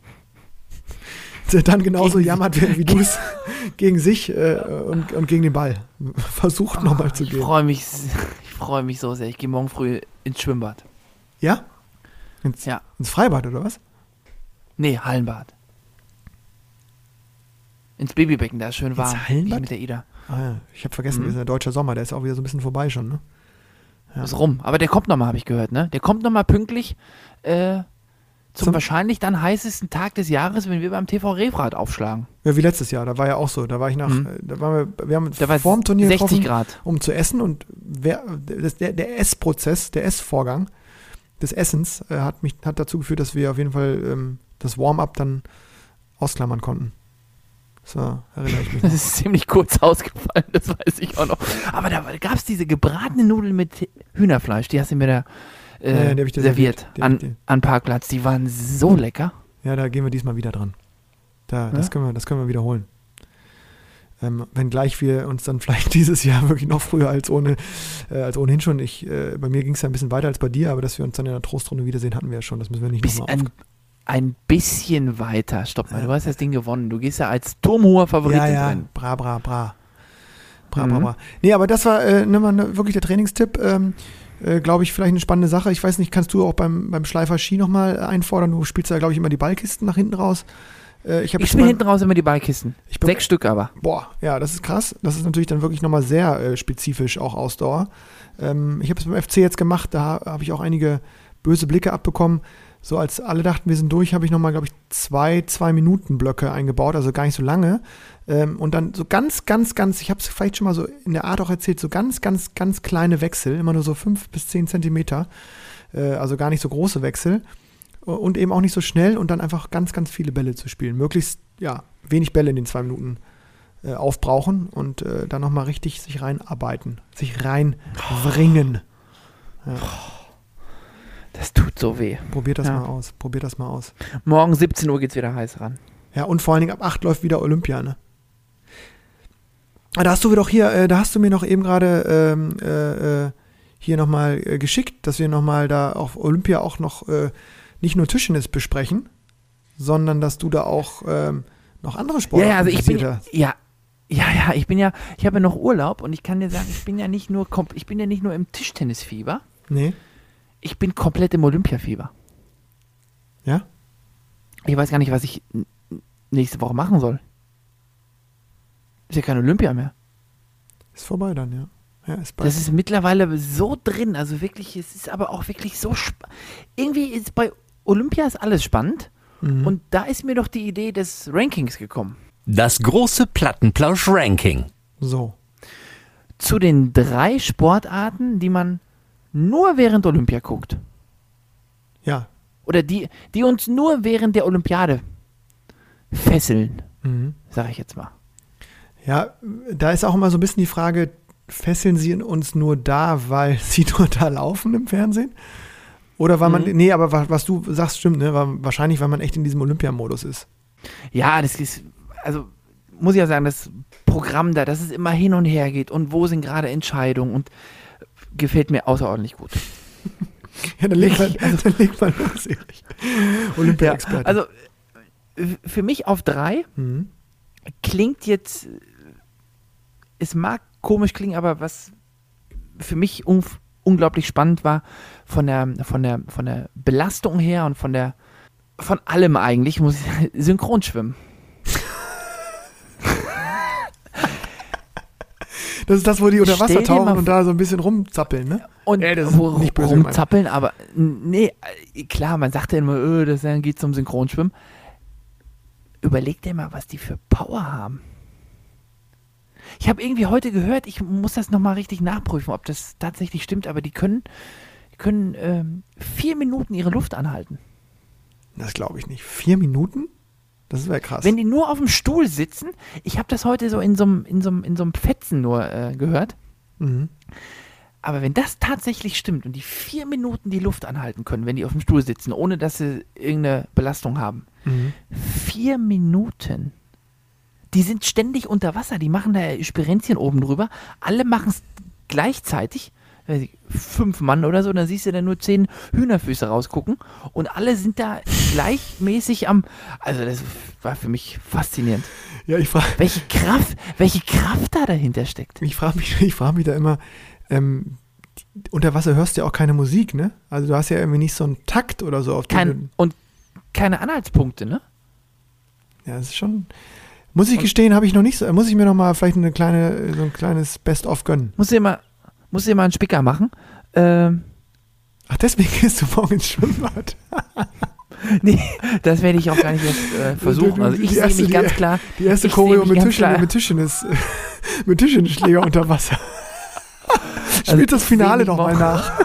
S2: dann genauso
S3: Gegen
S2: jammert, wie, wie du es gegen sich äh, und, und gegen den Ball versucht
S3: Oh,
S2: nochmal zu
S3: ich
S2: gehen.
S3: freue mich, ich freue mich so sehr. Ich gehe morgen früh ins Schwimmbad.
S2: Ja? Ins,
S3: Ja.
S2: ins Freibad oder was?
S3: Nee, Hallenbad. Ins Babybecken, da ist schön warm.
S2: Hallenbad?
S3: Ich mit der Ida.
S2: Ah ja, ich habe vergessen,
S3: Mhm.
S2: wir sind der deutsche Sommer, der ist auch wieder so ein bisschen vorbei schon, ne? Ja.
S3: Ist rum. Aber der kommt nochmal, habe ich gehört, ne? Der kommt nochmal pünktlich äh, zum,
S2: Zum-
S3: wahrscheinlich dann heißesten Tag des Jahres, wenn wir beim T V Refrat aufschlagen.
S2: Ja, wie letztes Jahr, da war ja auch so, da war ich nach,
S3: Mhm.
S2: äh, da waren wir, wir haben uns
S3: Da war
S2: vor dem Turnier
S3: sechzig
S2: getroffen,
S3: Grad.
S2: um zu essen und wer, das, der, der Essprozess, der Essvorgang des Essens äh, hat mich hat dazu geführt, dass wir auf jeden Fall ähm, das Warm-up dann ausklammern konnten. So, erinnere ich mich
S3: Das
S2: noch.
S3: ist ziemlich kurz ausgefallen, das weiß ich auch noch. Aber da gab es diese gebratene Nudeln mit Hühnerfleisch, die hast du mir da äh,
S2: Ja, ja, die hab ich dir
S3: serviert,
S2: serviert. Die hab ich dir-
S3: an, an Parkplatz. Die waren so lecker.
S2: Ja, da gehen wir diesmal wieder dran. Da, das,
S3: Ja?
S2: können wir, das können wir wiederholen. Ähm, wenngleich wir uns dann vielleicht dieses Jahr wirklich noch früher als, ohne, äh, als ohnehin schon, ich, äh, bei mir ging es ja ein bisschen weiter als bei dir, aber dass wir uns dann in der Trostrunde wiedersehen, hatten wir ja schon. Das müssen wir nicht
S3: Bis,
S2: nochmal auf.
S3: ein, ein bisschen weiter. Stopp mal,
S2: Ja.
S3: du hast das Ding gewonnen. Du gehst ja als turmhoher Favorit
S2: Ja,
S3: ins
S2: ja,
S3: Rennen.
S2: bra, bra, bra. Bra, bra,
S3: Mhm.
S2: bra. Nee, aber das war äh, ne, mal ne, wirklich der Trainingstipp. Ähm, äh, glaube ich, vielleicht eine spannende Sache. Ich weiß nicht, kannst du auch beim, beim Schleifer Ski nochmal einfordern? Du spielst ja, glaube ich, immer die Ballkisten nach hinten raus. Äh, ich hab
S3: Ich
S2: jetzt
S3: spiele
S2: mal-
S3: hinten raus immer die Ballkisten.
S2: Ich bin-
S3: Sechs Stück aber.
S2: Boah, ja, das ist krass. Das ist natürlich dann wirklich nochmal sehr äh, spezifisch, auch Ausdauer. Ähm, ich habe es beim F C jetzt gemacht, da habe ich auch einige böse Blicke abbekommen. So als alle dachten, wir sind durch, habe ich nochmal, glaube ich, zwei, zwei Minuten Blöcke eingebaut, also gar nicht so lange. Ähm, und dann so ganz, ganz, ganz, ich habe es vielleicht schon mal so in der Art auch erzählt, so ganz, ganz, ganz kleine Wechsel, immer nur so fünf bis zehn Zentimeter, äh, also gar nicht so große Wechsel. Und eben auch nicht so schnell und dann einfach ganz, ganz viele Bälle zu spielen. Möglichst, ja, wenig Bälle in den zwei Minuten äh, aufbrauchen und äh, dann nochmal richtig sich reinarbeiten, sich reinwringen. Ja,
S3: Das tut so weh.
S2: probiert das
S3: Ja.
S2: mal aus, probiert das mal aus.
S3: Morgen siebzehn Uhr geht's wieder heiß ran.
S2: Ja, und vor allen Dingen ab acht läuft wieder Olympia, ne? Da hast du doch hier, äh, da hast du mir noch eben gerade ähm, äh, hier nochmal äh, geschickt, dass wir nochmal da auf Olympia auch noch äh, nicht nur Tischtennis besprechen, sondern dass du da auch ähm, noch andere Sportarten
S3: Ja, ja, also ich bin
S2: interessiert hast.
S3: ja, ja, ja, ich bin ja, ich habe ja noch Urlaub und ich kann dir sagen, ich bin ja nicht nur, kom- ich bin ja nicht nur im Tischtennisfieber,
S2: Nee,
S3: ich bin komplett im Olympiafieber.
S2: ja?
S3: Ich weiß gar nicht, was ich n- nächste Woche machen soll. Ist ja kein Olympia mehr.
S2: Ist vorbei dann, ja. Ja, ist bald.
S3: Das ist mittlerweile so drin, also wirklich, es ist aber auch wirklich so spannend. Irgendwie ist bei Olympia ist alles spannend
S2: Mhm.
S3: und da ist mir doch die Idee des Rankings gekommen.
S4: Das große Plattenplausch-Ranking.
S2: So.
S3: Zu den drei Sportarten, die man nur während Olympia guckt.
S2: Ja.
S3: Oder die, die uns nur während der Olympiade fesseln,
S2: Mhm.
S3: sage ich jetzt mal.
S2: Ja, da ist auch immer so ein bisschen die Frage, fesseln sie uns nur da, weil sie nur da laufen im Fernsehen? Oder weil man,
S3: Mhm.
S2: nee, aber was, was du sagst, stimmt, ne? Weil, wahrscheinlich, weil man echt in diesem Olympiamodus ist.
S3: Ja, das ist, also muss ich ja sagen, das Programm da, dass es immer hin und her geht und wo sind gerade Entscheidungen und gefällt mir außerordentlich gut.
S2: Ja, dann leg mal, dann leg mal los, Erich. Olympia-Experte.
S3: Also äh, für mich auf drei
S2: Mhm.
S3: klingt jetzt, es mag komisch klingen, aber was für mich un unglaublich spannend war, von der, von der, von der Belastung her und von der, von allem eigentlich, muss ich Synchronschwimmen.
S2: Das ist das, wo die unter Wasser
S3: Stell dir
S2: tauchen
S3: mal
S2: und da so ein bisschen rumzappeln, ne?
S3: Und
S2: Ey, das ist
S3: wo
S2: nicht böse gemeint.
S3: rumzappeln, aber n- nee, äh, klar, man sagt ja immer, öh, das dann geht zum Synchronschwimmen. Überleg dir mal, was die für Power haben. Ich habe irgendwie heute gehört, ich muss das nochmal richtig nachprüfen, ob das tatsächlich stimmt, aber die können, die können ähm, vier Minuten ihre Luft anhalten.
S2: Das glaube ich nicht. Vier Minuten? Das wäre krass.
S3: Wenn die nur auf dem Stuhl sitzen, ich habe das heute so in so einem in so einem- in so einem Fetzen nur äh, gehört,
S2: mhm.
S3: aber wenn das tatsächlich stimmt und die vier Minuten die Luft anhalten können, wenn die auf dem Stuhl sitzen, ohne dass sie irgendeine Belastung haben,
S2: Mhm.
S3: vier Minuten. Die sind ständig unter Wasser, die machen da Spirenzchen oben drüber. Alle machen es gleichzeitig. Weiß ich, Fünf Mann oder so, dann siehst du da nur zehn Hühnerfüße rausgucken und alle sind da gleichmäßig am. Also, das war für mich faszinierend.
S2: Ja, ich frage
S3: Welche Kraft, welche Kraft da dahinter steckt.
S2: ich frag mich, ich frag mich da immer, ähm, die, unter Wasser hörst du ja auch keine Musik, ne? Also du hast ja irgendwie nicht so einen Takt oder so. Auf den
S3: Kein,
S2: du,
S3: und keine Anhaltspunkte, ne?
S2: ja, das ist schon. Muss ich gestehen, habe ich noch nicht so. Muss ich mir noch mal vielleicht eine kleine, so ein kleines Best-of gönnen.
S3: Musst du dir mal, musst du dir mal einen Spicker machen. Ähm,
S2: Ach, deswegen gehst du morgen ins Schwimmbad.
S3: nee, das werde ich auch gar nicht erst äh, versuchen. Also ich
S2: Die
S3: sehe
S2: erste-
S3: mich
S2: die-
S3: ganz klar.
S2: Die erste
S3: Ich
S2: Choreo
S3: seh mich
S2: mit,
S3: ganz
S2: Tischchen,
S3: klar-
S2: mit Tischtennis, mit Tischtennisschläger unter Wasser. Spielt
S3: Also
S2: das
S3: ich
S2: Finale
S3: seh mich
S2: noch mal
S3: morgen-
S2: nach.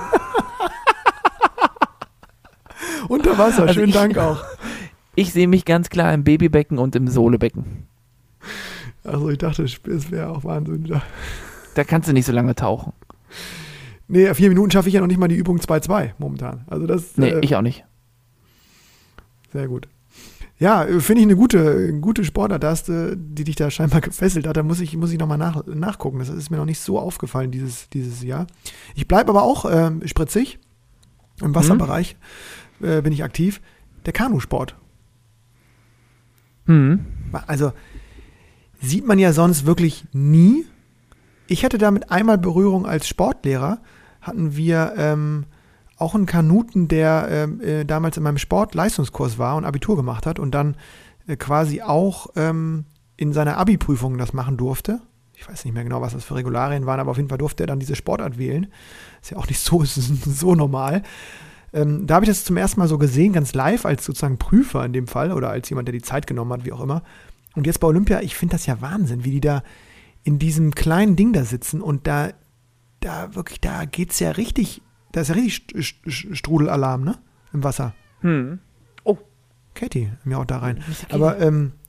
S2: Unter Wasser,
S3: Also
S2: schönen
S3: ich-
S2: Dank auch.
S3: Ich sehe mich ganz klar im Babybecken und im Sohlebecken.
S2: Also ich dachte, es wäre auch Wahnsinn.
S3: Da kannst du nicht so lange tauchen.
S2: Nee, vier Minuten schaffe ich ja noch nicht mal die Übung zwei zwei momentan. Also das
S3: Nee,
S2: äh,
S3: ich auch nicht.
S2: sehr gut. Ja, äh, finde ich eine gute, eine gute Sportart, da hast du, die dich da scheinbar gefesselt hat. Da muss ich, muss ich nochmal nach, nachgucken. Das ist mir noch nicht so aufgefallen dieses, dieses Jahr. Ich bleibe aber auch ähm, spritzig. Im Wasserbereich äh, bin ich aktiv. Der Kanusport.
S3: Hm.
S2: Also sieht man ja sonst wirklich nie. Ich hatte damit einmal Berührung als Sportlehrer. Hatten wir ähm, auch einen Kanuten, der ähm, äh, damals in meinem Sportleistungskurs war und Abitur gemacht hat und dann äh, quasi auch ähm, in seiner Abi-Prüfung das machen durfte. Ich weiß nicht mehr genau, was das für Regularien waren, aber auf jeden Fall durfte er dann diese Sportart wählen. Ist ja auch nicht so, so normal. Ähm, da habe ich das zum ersten Mal so gesehen, ganz live, als sozusagen Prüfer in dem Fall oder als jemand, der die Zeit genommen hat, wie auch immer. Und jetzt bei Olympia, ich finde das ja Wahnsinn, wie die da in diesem kleinen Ding da sitzen und da, da wirklich, da geht's ja richtig, da ist ja richtig St- St- Strudelalarm, ne? Im Wasser.
S3: Hm. Oh.
S2: Katie, mir auch da rein.
S3: Mister Katie.
S2: Aber ähm,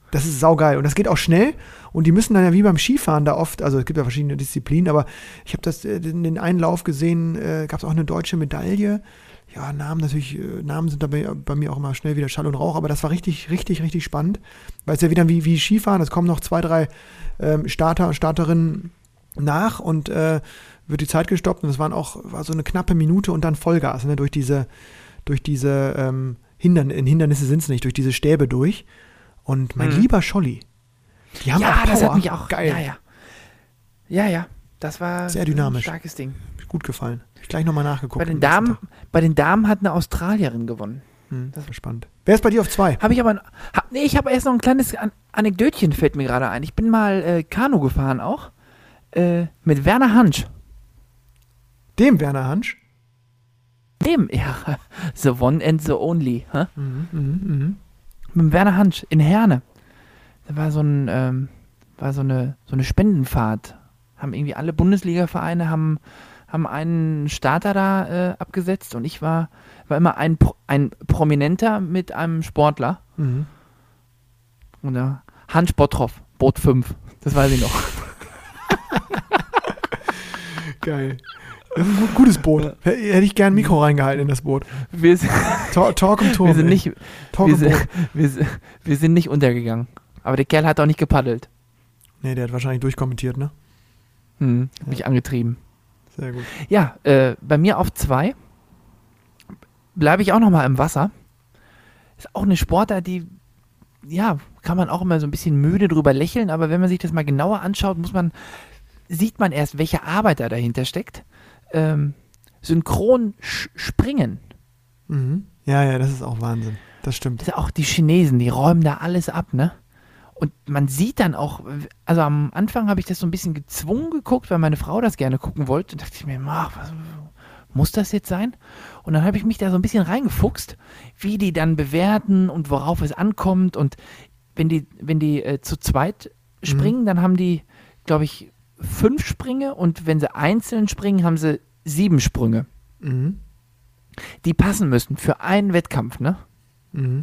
S2: Das ist saugeil. Und das geht auch schnell. Und die müssen dann ja wie beim Skifahren da oft, also es gibt ja verschiedene Disziplinen, aber ich habe das in den einen Lauf gesehen, äh, gab es auch eine deutsche Medaille. Ja, Namen natürlich, äh, Namen sind dabei bei mir auch immer schnell wieder Schall und Rauch, aber das war richtig, richtig, richtig spannend. Weil es ja wieder wie, wie Skifahren, es kommen noch zwei, drei ähm, Starter und Starterinnen nach und äh, wird die Zeit gestoppt und es waren auch, war so eine knappe Minute und dann Vollgas, ne, durch diese, durch diese ähm, Hindern, in Hindernisse sind es nicht, durch diese Stäbe durch. Und mein
S3: Mhm.
S2: lieber Scholli, die haben
S3: ja,
S2: auch Power.
S3: das hat mich auch.
S2: Geil.
S3: Ja, ja. Ja, ja. Das war
S2: Sehr dynamisch.
S3: ein starkes Ding.
S2: Gut gefallen. Hab ich gleich nochmal nachgeguckt.
S3: Bei den,
S2: am nächsten
S3: Damen, bei den Damen hat eine Australierin gewonnen.
S2: Tag. Hm, das war spannend. Wer ist bei dir auf zwei?
S3: Habe ich aber. ein- Hab, nee, ich habe erst noch ein kleines An Anekdötchen, fällt mir gerade ein. Ich bin mal äh, Kanu gefahren auch. Äh, mit Werner Hansch.
S2: Dem Werner Hansch.
S3: Dem, ja. The one and the only. Hä?
S2: Mhm, mhm, mhm.
S3: Mit dem Werner Hansch in Herne. Da war so ein, ähm, war so eine, so eine Spendenfahrt. Haben irgendwie alle Bundesliga-Vereine haben, haben einen Starter da äh, abgesetzt und ich war, war immer ein, Pro- ein Prominenter mit einem Sportler.
S2: Mhm.
S3: Und da Hans Bottroff, Boot fünf. Das weiß ich noch.
S2: Geil. Das ist ein gut, gutes Boot. Hätte ich gern ein Mikro reingehalten in das Boot.
S3: Wir sind,
S2: Talk, Talk im Turm.
S3: wir sind
S2: ey.
S3: nicht,
S2: Talk
S3: wir
S2: im
S3: sind,
S2: Boot.
S3: wir, sind, wir sind nicht untergegangen. Aber der Kerl hat auch nicht gepaddelt.
S2: Nee, der hat wahrscheinlich durchkommentiert, ne?
S3: Hm, hab mich angetrieben.
S2: Sehr gut.
S3: Ja, äh, bei mir auf zwei bleibe ich auch noch mal im Wasser. Ist auch eine Sportart, die, ja, kann man auch immer so ein bisschen müde drüber lächeln, aber wenn man sich das mal genauer anschaut, muss man, sieht man erst, welche Arbeit da dahinter steckt. Ähm, synchron sch- springen.
S2: Mhm. Ja, ja, das ist auch Wahnsinn. Das stimmt.
S3: Das ist auch die Chinesen, die räumen da alles ab, ne? Und man sieht dann auch, also am Anfang habe ich das so ein bisschen gezwungen geguckt, weil meine Frau das gerne gucken wollte. Und dachte ich mir, ach, was, muss das jetzt sein? Und dann habe ich mich da so ein bisschen reingefuchst, wie die dann bewerten und worauf es ankommt. Und wenn die, wenn die äh, zu zweit springen, mhm. dann haben die, glaube ich, fünf Sprünge und wenn sie einzeln springen, haben sie sieben Sprünge.
S2: Mhm.
S3: Die passen müssen für einen Wettkampf, ne?
S2: Mhm.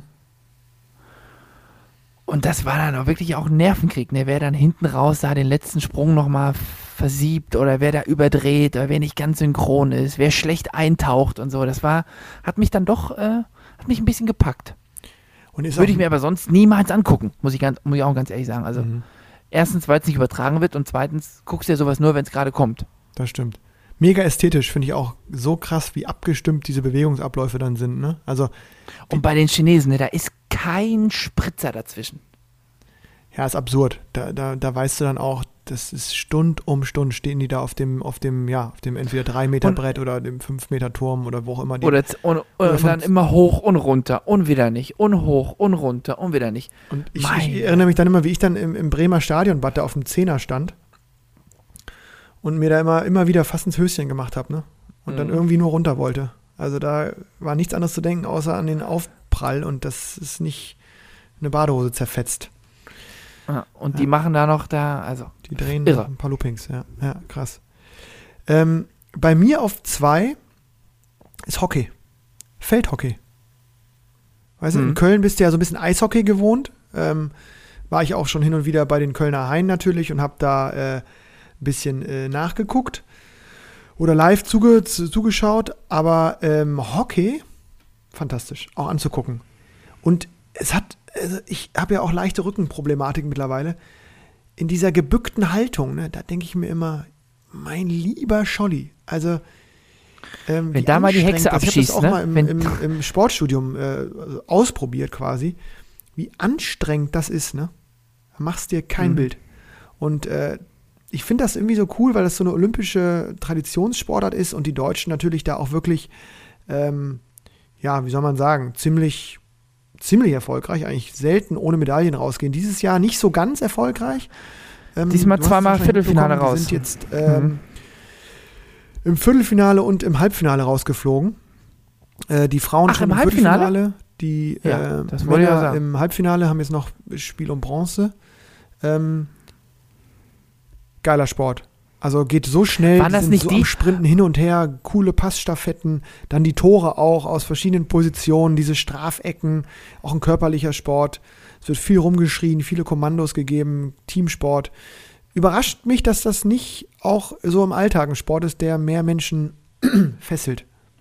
S3: Und das war dann auch wirklich auch ein Nervenkrieg, ne? Wer dann hinten raus da den letzten Sprung nochmal versiebt oder wer da überdreht oder wer nicht ganz synchron ist, wer schlecht eintaucht und so. Das war, hat mich dann doch, äh, hat mich ein bisschen gepackt.
S2: Und ist
S3: Würde
S2: auch-
S3: ich mir aber sonst niemals angucken, muss ich, ganz, muss ich auch ganz ehrlich sagen. Also
S2: Mhm.
S3: erstens, weil es nicht übertragen wird und zweitens guckst du ja sowas nur, wenn es gerade kommt.
S2: Das stimmt. Mega ästhetisch, finde ich auch so krass, wie abgestimmt diese Bewegungsabläufe dann sind, ne? Also,
S3: Und bei den Chinesen, ne, da ist kein Spritzer dazwischen.
S2: ja, ist absurd. Da, da, da weißt du dann auch, das ist Stund um Stund stehen die da auf dem, auf dem, ja, auf dem entweder drei Meter
S3: Und-
S2: Brett oder dem fünf Meter Turm oder wo auch immer die.
S3: Oder, z- und,
S2: Oder
S3: und
S2: von-
S3: dann immer hoch und runter und wieder nicht und hoch und runter und wieder nicht.
S2: Und ich,
S3: Meine.
S2: ich erinnere mich dann immer, wie ich dann im, im Bremer Stadionbad da auf dem Zehner stand und mir da immer, immer wieder fast ins Höschen gemacht habe, ne? Und dann
S3: Mhm.
S2: irgendwie nur runter wollte. Also da war nichts anderes zu denken, außer an den Aufprall und das ist nicht eine Badehose zerfetzt.
S3: Ja, und
S2: Ja.
S3: die machen da noch da, also
S2: Die drehen
S3: Irre.
S2: ein paar Loopings, ja, ja, krass. Ähm, bei mir auf zwei ist Hockey. Feldhockey. Weißt du, in
S3: Mhm.
S2: Köln bist du ja so ein bisschen Eishockey gewohnt. Ähm, war ich auch schon hin und wieder bei den Kölner Haien natürlich und habe da äh, ein bisschen äh, nachgeguckt oder live zuge zu, zugeschaut. Aber ähm, Hockey, fantastisch, auch anzugucken. Und es hat, also ich habe ja auch leichte Rückenproblematik mittlerweile. In dieser gebückten Haltung, ne, da denke ich mir immer, mein lieber Scholli, also ähm,
S3: Wenn
S2: wie
S3: da mal die Hexe
S2: anstrengend das-
S3: abschießt,
S2: ich habe das auch
S3: ne?
S2: mal im,
S3: Wenn-
S2: im, im Sportstudium äh, ausprobiert quasi, wie anstrengend das ist, ne? Da machst dir kein
S3: Mhm.
S2: Bild. Und äh, ich finde das irgendwie so cool, weil das so eine olympische Traditionssportart ist und die Deutschen natürlich da auch wirklich, ähm, ja, wie soll man sagen, ziemlich, ziemlich erfolgreich, eigentlich selten ohne Medaillen rausgehen. Dieses Jahr nicht so ganz erfolgreich. Ähm,
S3: Diesmal
S2: du hast
S3: zweimal
S2: es wahrscheinlich
S3: Viertelfinale
S2: mitbekommen,
S3: raus.
S2: Die sind jetzt ähm,
S3: Mhm.
S2: im Viertelfinale und im Halbfinale rausgeflogen. Äh, die Frauen
S3: Ach,
S2: schon
S3: im
S2: im
S3: Halbfinale?
S2: Viertelfinale. Die
S3: Ja,
S2: äh,
S3: das wollte ich ja
S2: Männer
S3: sagen.
S2: im Halbfinale haben jetzt noch Spiel um Bronze. Ähm, geiler Sport. Also geht so schnell,
S3: Waren
S2: die
S3: das
S2: sind
S3: nicht
S2: so
S3: die?
S2: am Sprinten hin und her, coole Passstaffetten, dann die Tore auch aus verschiedenen Positionen, diese Strafecken, auch ein körperlicher Sport. Es wird viel rumgeschrien, viele Kommandos gegeben, Teamsport. Überrascht mich, dass das nicht auch so im Alltag ein Sport ist, der mehr Menschen fesselt.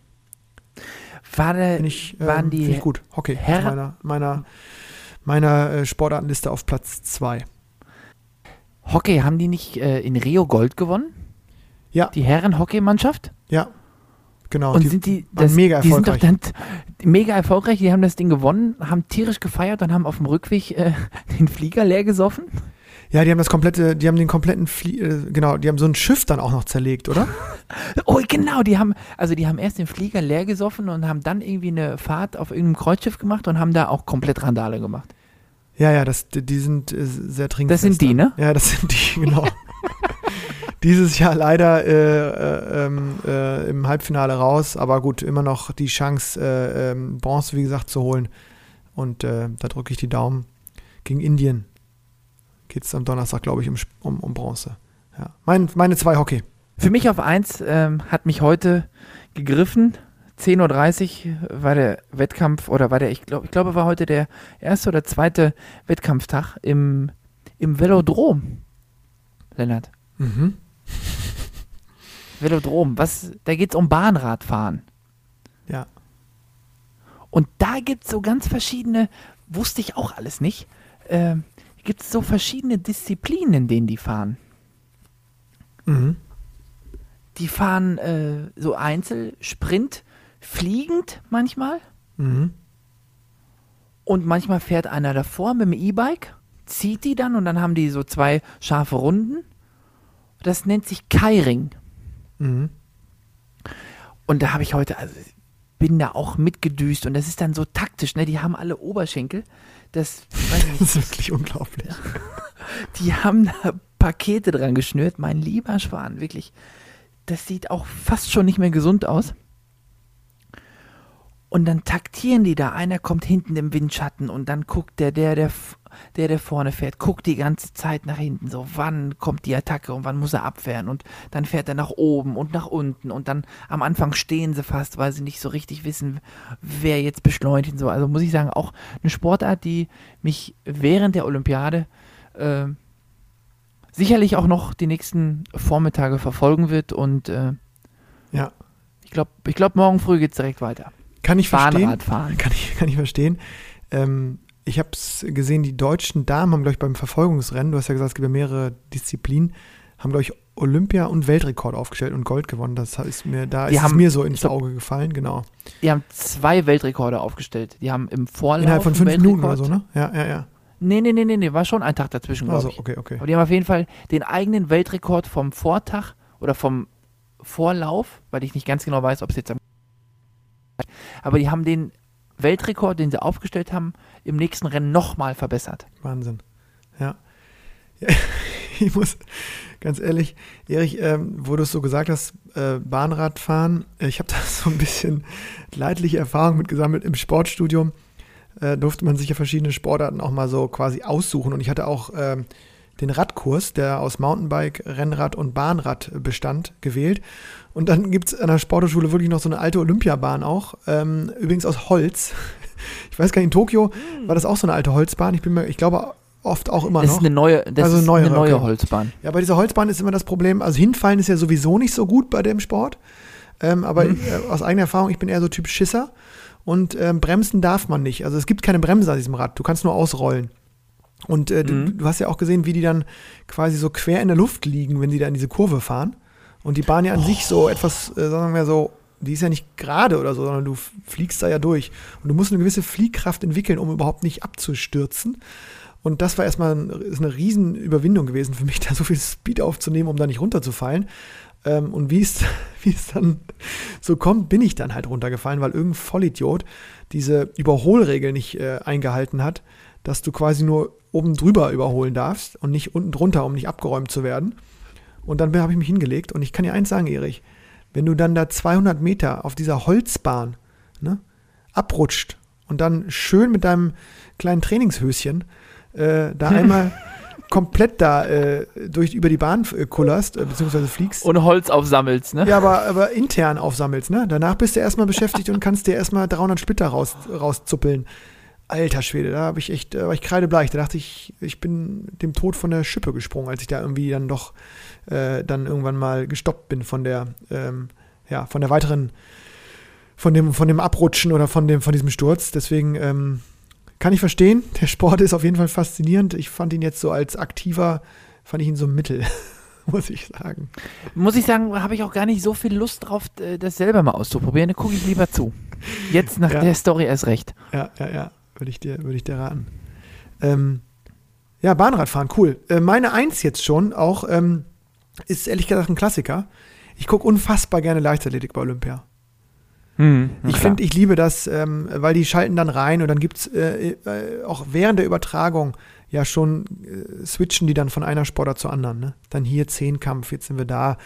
S3: War der,
S2: Finde ich, ähm,
S3: waren die
S2: find ich gut. Hockey,
S3: Herren-
S2: meiner, meiner, meiner äh, Sportartenliste auf Platz zwei.
S3: Hockey, haben die nicht äh, in Rio Gold gewonnen?
S2: Ja,
S3: Die Herren-Hockeymannschaft?
S2: ja, genau.
S3: Und sind die,
S2: waren
S3: das,
S2: mega
S3: die sind doch
S2: erfolgreich.
S3: dann mega erfolgreich, die haben das Ding gewonnen, haben tierisch gefeiert und haben auf dem Rückweg äh, den Flieger leer gesoffen.
S2: Ja, die haben das komplette, die haben den kompletten, Flie äh, genau, die haben so ein Schiff dann auch noch zerlegt, oder?
S3: Oh, genau, die haben, also die haben erst den Flieger leer gesoffen und haben dann irgendwie eine Fahrt auf irgendeinem Kreuzschiff gemacht und haben da auch komplett Randale gemacht.
S2: Ja, ja, das, die die sind äh, sehr trinkfest.
S3: Das sind die, ne?
S2: Ja, das sind die, genau. Dieses Jahr leider äh, äh, ähm, äh, im Halbfinale raus, aber gut, immer noch die Chance, äh, ähm, Bronze, wie gesagt, zu holen. Und äh, da drücke ich die Daumen. Gegen Indien geht es am Donnerstag, glaube ich, um, um, um Bronze. Ja. Mein, meine zwei Hockey.
S3: Für mich auf eins ähm, hat mich heute gegriffen. zehn Uhr dreißig war der Wettkampf, oder war der, ich glaube, ich glaube, war heute der erste oder zweite Wettkampftag im, im Velodrom. Lennart.
S2: Mhm.
S3: Velodrom, was, da geht es um Bahnradfahren.
S2: Ja.
S3: Und da gibt es so ganz verschiedene, wusste ich auch alles nicht, äh, gibt es so verschiedene Disziplinen, in denen die fahren.
S2: Mhm.
S3: Die fahren äh, so Einzel, Sprint, fliegend manchmal.
S2: Mhm.
S3: Und manchmal fährt einer davor mit dem E-Bike, zieht die dann und dann haben die so zwei scharfe Runden. Das nennt sich Keiring.
S2: Mhm.
S3: Und da habe ich heute, also bin da auch mitgedüst und das ist dann so taktisch, ne? Die haben alle Oberschenkel. Das, weiß ich nicht,
S2: Das ist wirklich unglaublich.
S3: die haben da Pakete dran geschnürt, mein lieber Schwan, wirklich. Das sieht auch fast schon nicht mehr gesund aus. Und dann taktieren die da. Einer kommt hinten im Windschatten und dann guckt der, der, der, der, der vorne fährt, guckt die ganze Zeit nach hinten. So, wann kommt die Attacke und wann muss er abwehren? Und dann fährt er nach oben und nach unten. Und dann am Anfang stehen sie fast, weil sie nicht so richtig wissen, wer jetzt beschleunigt und so. Also muss ich sagen, auch eine Sportart, die mich während der Olympiade äh, sicherlich auch noch die nächsten Vormittage verfolgen wird. Und äh,
S2: Ja.
S3: ich glaube, ich glaub, morgen früh geht es direkt weiter.
S2: Kann ich verstehen.
S3: Bahnradfahren.
S2: Kann ich, kann ich verstehen. Ähm, ich habe es gesehen, die deutschen Damen haben, glaube ich, beim Verfolgungsrennen, du hast ja gesagt, es gibt ja mehrere Disziplinen, haben, glaube ich, Olympia- und Weltrekord aufgestellt und Gold gewonnen. Das ist mir, da
S3: Die
S2: ist
S3: haben-
S2: es mir so ins
S3: ich glaub-
S2: Auge gefallen, genau.
S3: Die haben zwei Weltrekorde aufgestellt. Die haben im Vorlauf
S2: Innerhalb von
S3: einen
S2: fünf Minuten oder
S3: Weltrekord.
S2: so, ne? Ja, ja, ja.
S3: Nee, nee, nee, nee, nee, war schon ein Tag dazwischen, glaube
S2: Also,
S3: ich.
S2: okay, okay.
S3: Aber die haben auf jeden Fall den eigenen Weltrekord vom Vortag oder vom Vorlauf, weil ich nicht ganz genau weiß, ob es jetzt am aber die haben den Weltrekord, den sie aufgestellt haben, im nächsten Rennen nochmal verbessert.
S2: Wahnsinn. Ja. Ja. Ich muss, ganz ehrlich, Erich, ähm, wo du es so gesagt hast, äh, Bahnradfahren, äh, ich habe da so ein bisschen leidliche Erfahrung mit gesammelt. Im Sportstudium äh, durfte man sich ja verschiedene Sportarten auch mal so quasi aussuchen. Und ich hatte auch ähm, den Radkurs, der aus Mountainbike, Rennrad und Bahnrad bestand, gewählt. Und dann gibt es an der Sporthochschule wirklich noch so eine alte Olympiabahn auch, ähm, übrigens aus Holz. Ich weiß gar nicht, in Tokio war das auch so eine alte Holzbahn. Ich bin mir, ich glaube oft auch immer
S3: Das
S2: noch.
S3: ist eine neue, das
S2: Also
S3: ist
S2: neuere,
S3: eine neue
S2: okay.
S3: Holzbahn.
S2: Ja, bei dieser Holzbahn ist immer das Problem, also hinfallen ist ja sowieso nicht so gut bei dem Sport. Ähm, aber
S3: Mhm.
S2: äh, aus eigener Erfahrung, ich bin eher so Typ Schisser. Und ähm, bremsen darf man nicht. Also es gibt keine Bremse an diesem Rad. Du kannst nur ausrollen. Und äh,
S3: Mhm.
S2: du, du hast ja auch gesehen, wie die dann quasi so quer in der Luft liegen, wenn sie da in diese Kurve fahren. Und die Bahn ja an sich so etwas, äh, sagen wir so, die ist ja nicht gerade oder so, sondern du f- fliegst da ja durch. Und du musst eine gewisse Fliehkraft entwickeln, um überhaupt nicht abzustürzen. Und das war erstmal ein, ist eine riesen Überwindung gewesen für mich, da so viel Speed aufzunehmen, um da nicht runterzufallen. Ähm, und wie es, wie es dann so kommt, bin ich dann halt runtergefallen, weil irgendein Vollidiot diese Überholregel nicht äh, eingehalten hat, dass du quasi nur oben drüber überholen darfst und nicht unten drunter, um nicht abgeräumt zu werden. Und dann habe ich mich hingelegt und ich kann dir eins sagen, Erich, wenn du dann da zweihundert Meter auf dieser Holzbahn, ne, abrutscht und dann schön mit deinem kleinen Trainingshöschen äh, da einmal komplett da äh, durch über die Bahn äh, kullerst, äh, beziehungsweise fliegst.
S3: Und Holz aufsammelst, ne?
S2: Ja, aber, aber intern aufsammelst, ne? Danach bist du erstmal beschäftigt und kannst dir erstmal dreihundert Splitter raus, rauszuppeln. Alter Schwede, da habe ich echt, da war ich kreidebleich. Da dachte ich, ich bin dem Tod von der Schippe gesprungen, als ich da irgendwie dann doch äh, dann irgendwann mal gestoppt bin von der, ähm, ja, von der weiteren, von dem, von dem Abrutschen oder von dem, von diesem Sturz. Deswegen ähm, kann ich verstehen. Der Sport ist auf jeden Fall faszinierend. Ich fand ihn jetzt so als aktiver, fand ich ihn so mittel, muss ich sagen.
S3: Muss ich sagen, habe ich auch gar nicht so viel Lust drauf, das selber mal auszuprobieren. Da gucke ich lieber zu. Jetzt nach
S2: Ja.
S3: der Story erst recht.
S2: Ja, ja, ja. Würde ich dir, würde ich dir raten. Ähm, ja, Bahnradfahren, cool. Äh, meine Eins jetzt schon auch, ähm, ist ehrlich gesagt ein Klassiker. Ich gucke unfassbar gerne Leichtathletik bei Olympia.
S3: Hm,
S2: Ich finde, ich liebe das, ähm, weil die schalten dann rein und dann gibt es äh, äh, auch während der Übertragung ja schon äh, switchen die dann von einer Sportart zur anderen. Ne? Dann hier Zehnkampf, jetzt sind wir da.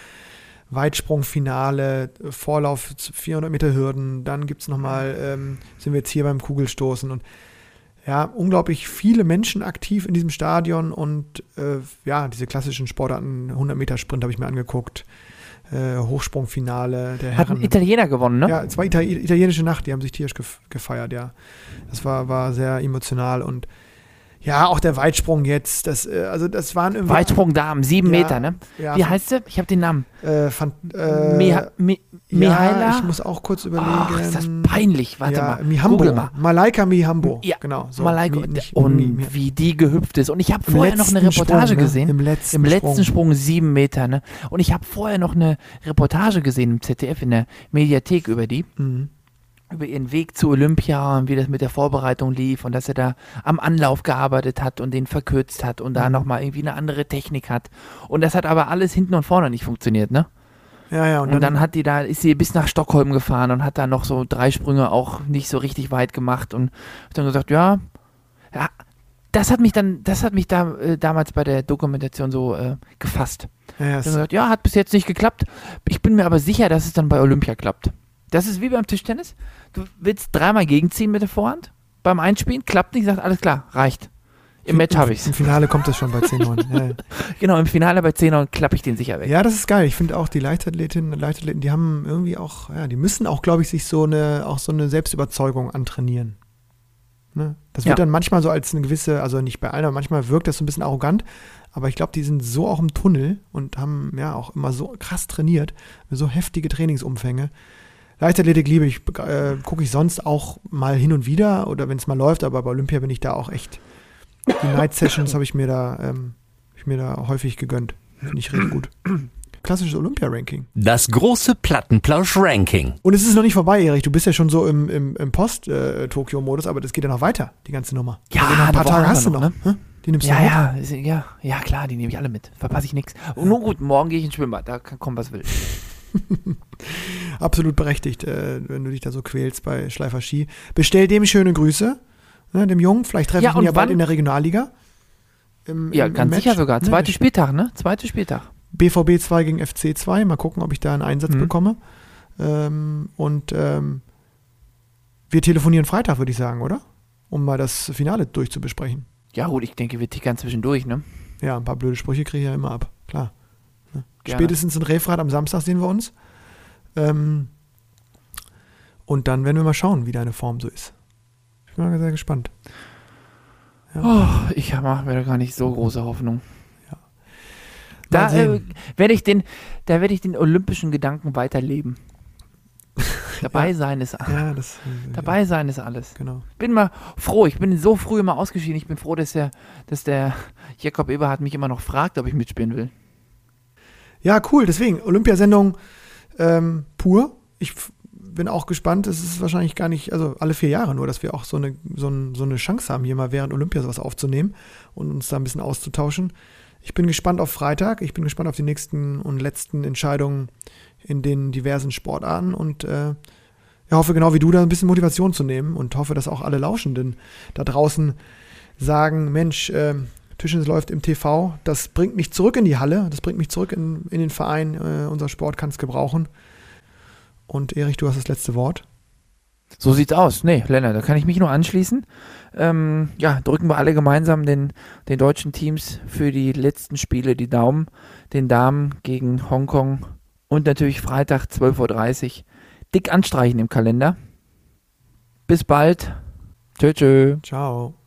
S2: Weitsprungfinale, Vorlauf vierhundert Meter Hürden, dann gibt es nochmal, ähm, sind wir jetzt hier beim Kugelstoßen und ja, unglaublich viele Menschen aktiv in diesem Stadion und äh, ja, diese klassischen Sportarten, hundert Meter Sprint habe ich mir angeguckt, äh, Hochsprungfinale der
S3: Hat
S2: Herren.
S3: ein Italiener gewonnen, ne?
S2: Ja, es war Ita- italienische Nacht, die haben sich tierisch gef- gefeiert, ja. Das war, war sehr emotional und ja, auch der Weitsprung jetzt, das, äh, also das waren irgendwie...
S3: Weitsprung Damen, sieben
S2: Ja,
S3: Meter, ne?
S2: ja,
S3: Wie heißt sie? Ich habe den Namen.
S2: Äh, fand, äh,
S3: Miha- Mi-
S2: ja,
S3: Mihaila?
S2: ich muss auch kurz überlegen.
S3: Ach, ist das peinlich. Warte
S2: ja,
S3: mal.
S2: Mihambo.
S3: Google mal.
S2: Malaika Mihambo.
S3: Ja,
S2: genau. So.
S3: Malaika.
S2: Mi, nicht,
S3: und
S2: Mi, Mi,
S3: wie die gehüpft ist. Und ich habe
S2: im
S3: vorher noch eine
S2: letzten
S3: Reportage
S2: Sprung, ne?
S3: gesehen.
S2: Im letzten,
S3: Im letzten
S2: Sprung.
S3: Sprung sieben Meter, ne? Und ich habe vorher noch eine Reportage gesehen im Z D F in der Mediathek über die.
S2: Mhm.
S3: Über ihren Weg zu Olympia und wie das mit der Vorbereitung lief und dass er da am Anlauf gearbeitet hat und den verkürzt hat und da
S2: Mhm.
S3: nochmal irgendwie eine andere Technik hat. Und das hat aber alles hinten und vorne nicht funktioniert, ne?
S2: Ja, ja. Und,
S3: Und,
S2: dann,
S3: dann, hat die da, ist sie bis nach Stockholm gefahren und hat da noch so drei Sprünge auch nicht so richtig weit gemacht und hat dann gesagt, ja, ja, das hat mich dann, das hat mich da äh, damals bei der Dokumentation so äh, gefasst.
S2: ja, ja,
S3: Dann
S2: es,
S3: gesagt, ja, hat bis jetzt nicht geklappt. Ich bin mir aber sicher, dass es dann bei Olympia klappt. Das ist wie beim Tischtennis. Du willst dreimal gegenziehen mit der Vorhand. Beim Einspielen klappt nicht, sagt alles klar, reicht. Im Match habe ich's.
S2: Im Finale kommt das schon bei zehn neun. ja, ja.
S3: Genau, im Finale bei zehn und klappe ich den sicher weg.
S2: ja, das ist geil. Ich finde auch die Leichtathletinnen und Leichtathleten, die haben irgendwie auch, ja, die müssen auch, glaube ich, sich so eine, auch so eine Selbstüberzeugung antrainieren. Ne? Das wird
S3: Ja.
S2: dann manchmal so als eine gewisse, also nicht bei allen, aber manchmal wirkt das so ein bisschen arrogant. Aber ich glaube, die sind so auch im Tunnel und haben ja auch immer so krass trainiert, so heftige Trainingsumfänge. Leichtathletik liebe ich, äh, gucke ich sonst auch mal hin und wieder oder wenn es mal läuft, aber bei Olympia bin ich da auch echt. Die Night Sessions habe ich mir da, ähm, hab ich mir da häufig gegönnt. Finde ich richtig gut. Klassisches Olympia-Ranking.
S4: Das große Plattenplausch-Ranking.
S2: Und es ist noch nicht vorbei, Erich. Du bist ja schon so im, im, im Post-Tokio-Modus, aber das geht ja noch weiter, die ganze Nummer.
S3: Ja,
S2: also noch ein paar
S3: eine Woche
S2: Tage
S3: haben
S2: hast
S3: wir
S2: du noch.
S3: noch,
S2: Hä? Die nimmst du
S3: Ja,
S2: mit.
S3: ja, ist- ja, ja, klar, die nehme ich alle mit. Verpasse ich nichts. Und nun gut, morgen gehe ich ins Schwimmbad, da kann kommen, was will.
S2: Absolut berechtigt, äh, wenn du dich da so quälst bei Schleifer Ski. Bestell dem schöne Grüße, ne, dem Jungen. Vielleicht treffe
S3: Ja,
S2: ich ihn
S3: und
S2: ja bald
S3: wann-
S2: in der Regionalliga. Im,
S3: Ja,
S2: im, im
S3: ganz
S2: Match,
S3: sicher sogar.
S2: ne?
S3: Zweiter Spieltag, ne? Zweiter Spieltag.
S2: B V B zwei gegen F C zwei. Mal gucken, ob ich da einen Einsatz
S3: Mhm.
S2: bekomme. Ähm, und ähm, wir telefonieren Freitag, würde ich sagen, oder? Um mal das Finale durchzubesprechen.
S3: Ja gut, ich denke, wir tickern zwischendurch, ne?
S2: Ja, ein paar blöde Sprüche kriege ich ja immer ab, klar. Ne?
S3: Gerne.
S2: Spätestens in Refrat am Samstag sehen wir uns. Ähm, und dann werden wir mal schauen, wie deine Form so ist. Ich bin mal sehr gespannt. Ja.
S3: Oh, ich mache mir da gar nicht so große Hoffnung.
S2: Mal
S3: Da äh,
S2: sehen.
S3: werde ich den, da werde ich den olympischen Gedanken weiterleben. Dabei
S2: Ja.
S3: sein ist
S2: Ja, das. äh,
S3: dabei sein ist alles.
S2: Genau.
S3: Bin mal froh, ich bin so früh immer ausgeschieden. Ich bin froh, dass der, dass der Jakob Eberhardt mich immer noch fragt, ob ich mitspielen will.
S2: Ja, cool. Deswegen, Olympiasendung ähm, pur. Ich f- bin auch gespannt. Es ist wahrscheinlich gar nicht, also alle vier Jahre nur, dass wir auch so eine, so, ein, so eine Chance haben, hier mal während Olympia sowas aufzunehmen und uns da ein bisschen auszutauschen. Ich bin gespannt auf Freitag. Ich bin gespannt auf die nächsten und letzten Entscheidungen in den diversen Sportarten und äh, ja, hoffe genau wie du da ein bisschen Motivation zu nehmen und hoffe, dass auch alle Lauschenden da draußen sagen, Mensch, äh, Tischtennis läuft im T V, das bringt mich zurück in die Halle, das bringt mich zurück in, in den Verein, äh, unser Sport kann es gebrauchen. Und Erich, du hast das letzte Wort.
S3: So sieht's aus. Nee, Lennart, da kann ich mich nur anschließen. Ähm, ja, drücken wir alle gemeinsam den, den deutschen Teams für die letzten Spiele die Daumen. Den Damen gegen Hongkong und natürlich Freitag zwölf Uhr dreißig. Dick anstreichen im Kalender. Bis bald. Tschö, tschö.
S2: Ciao.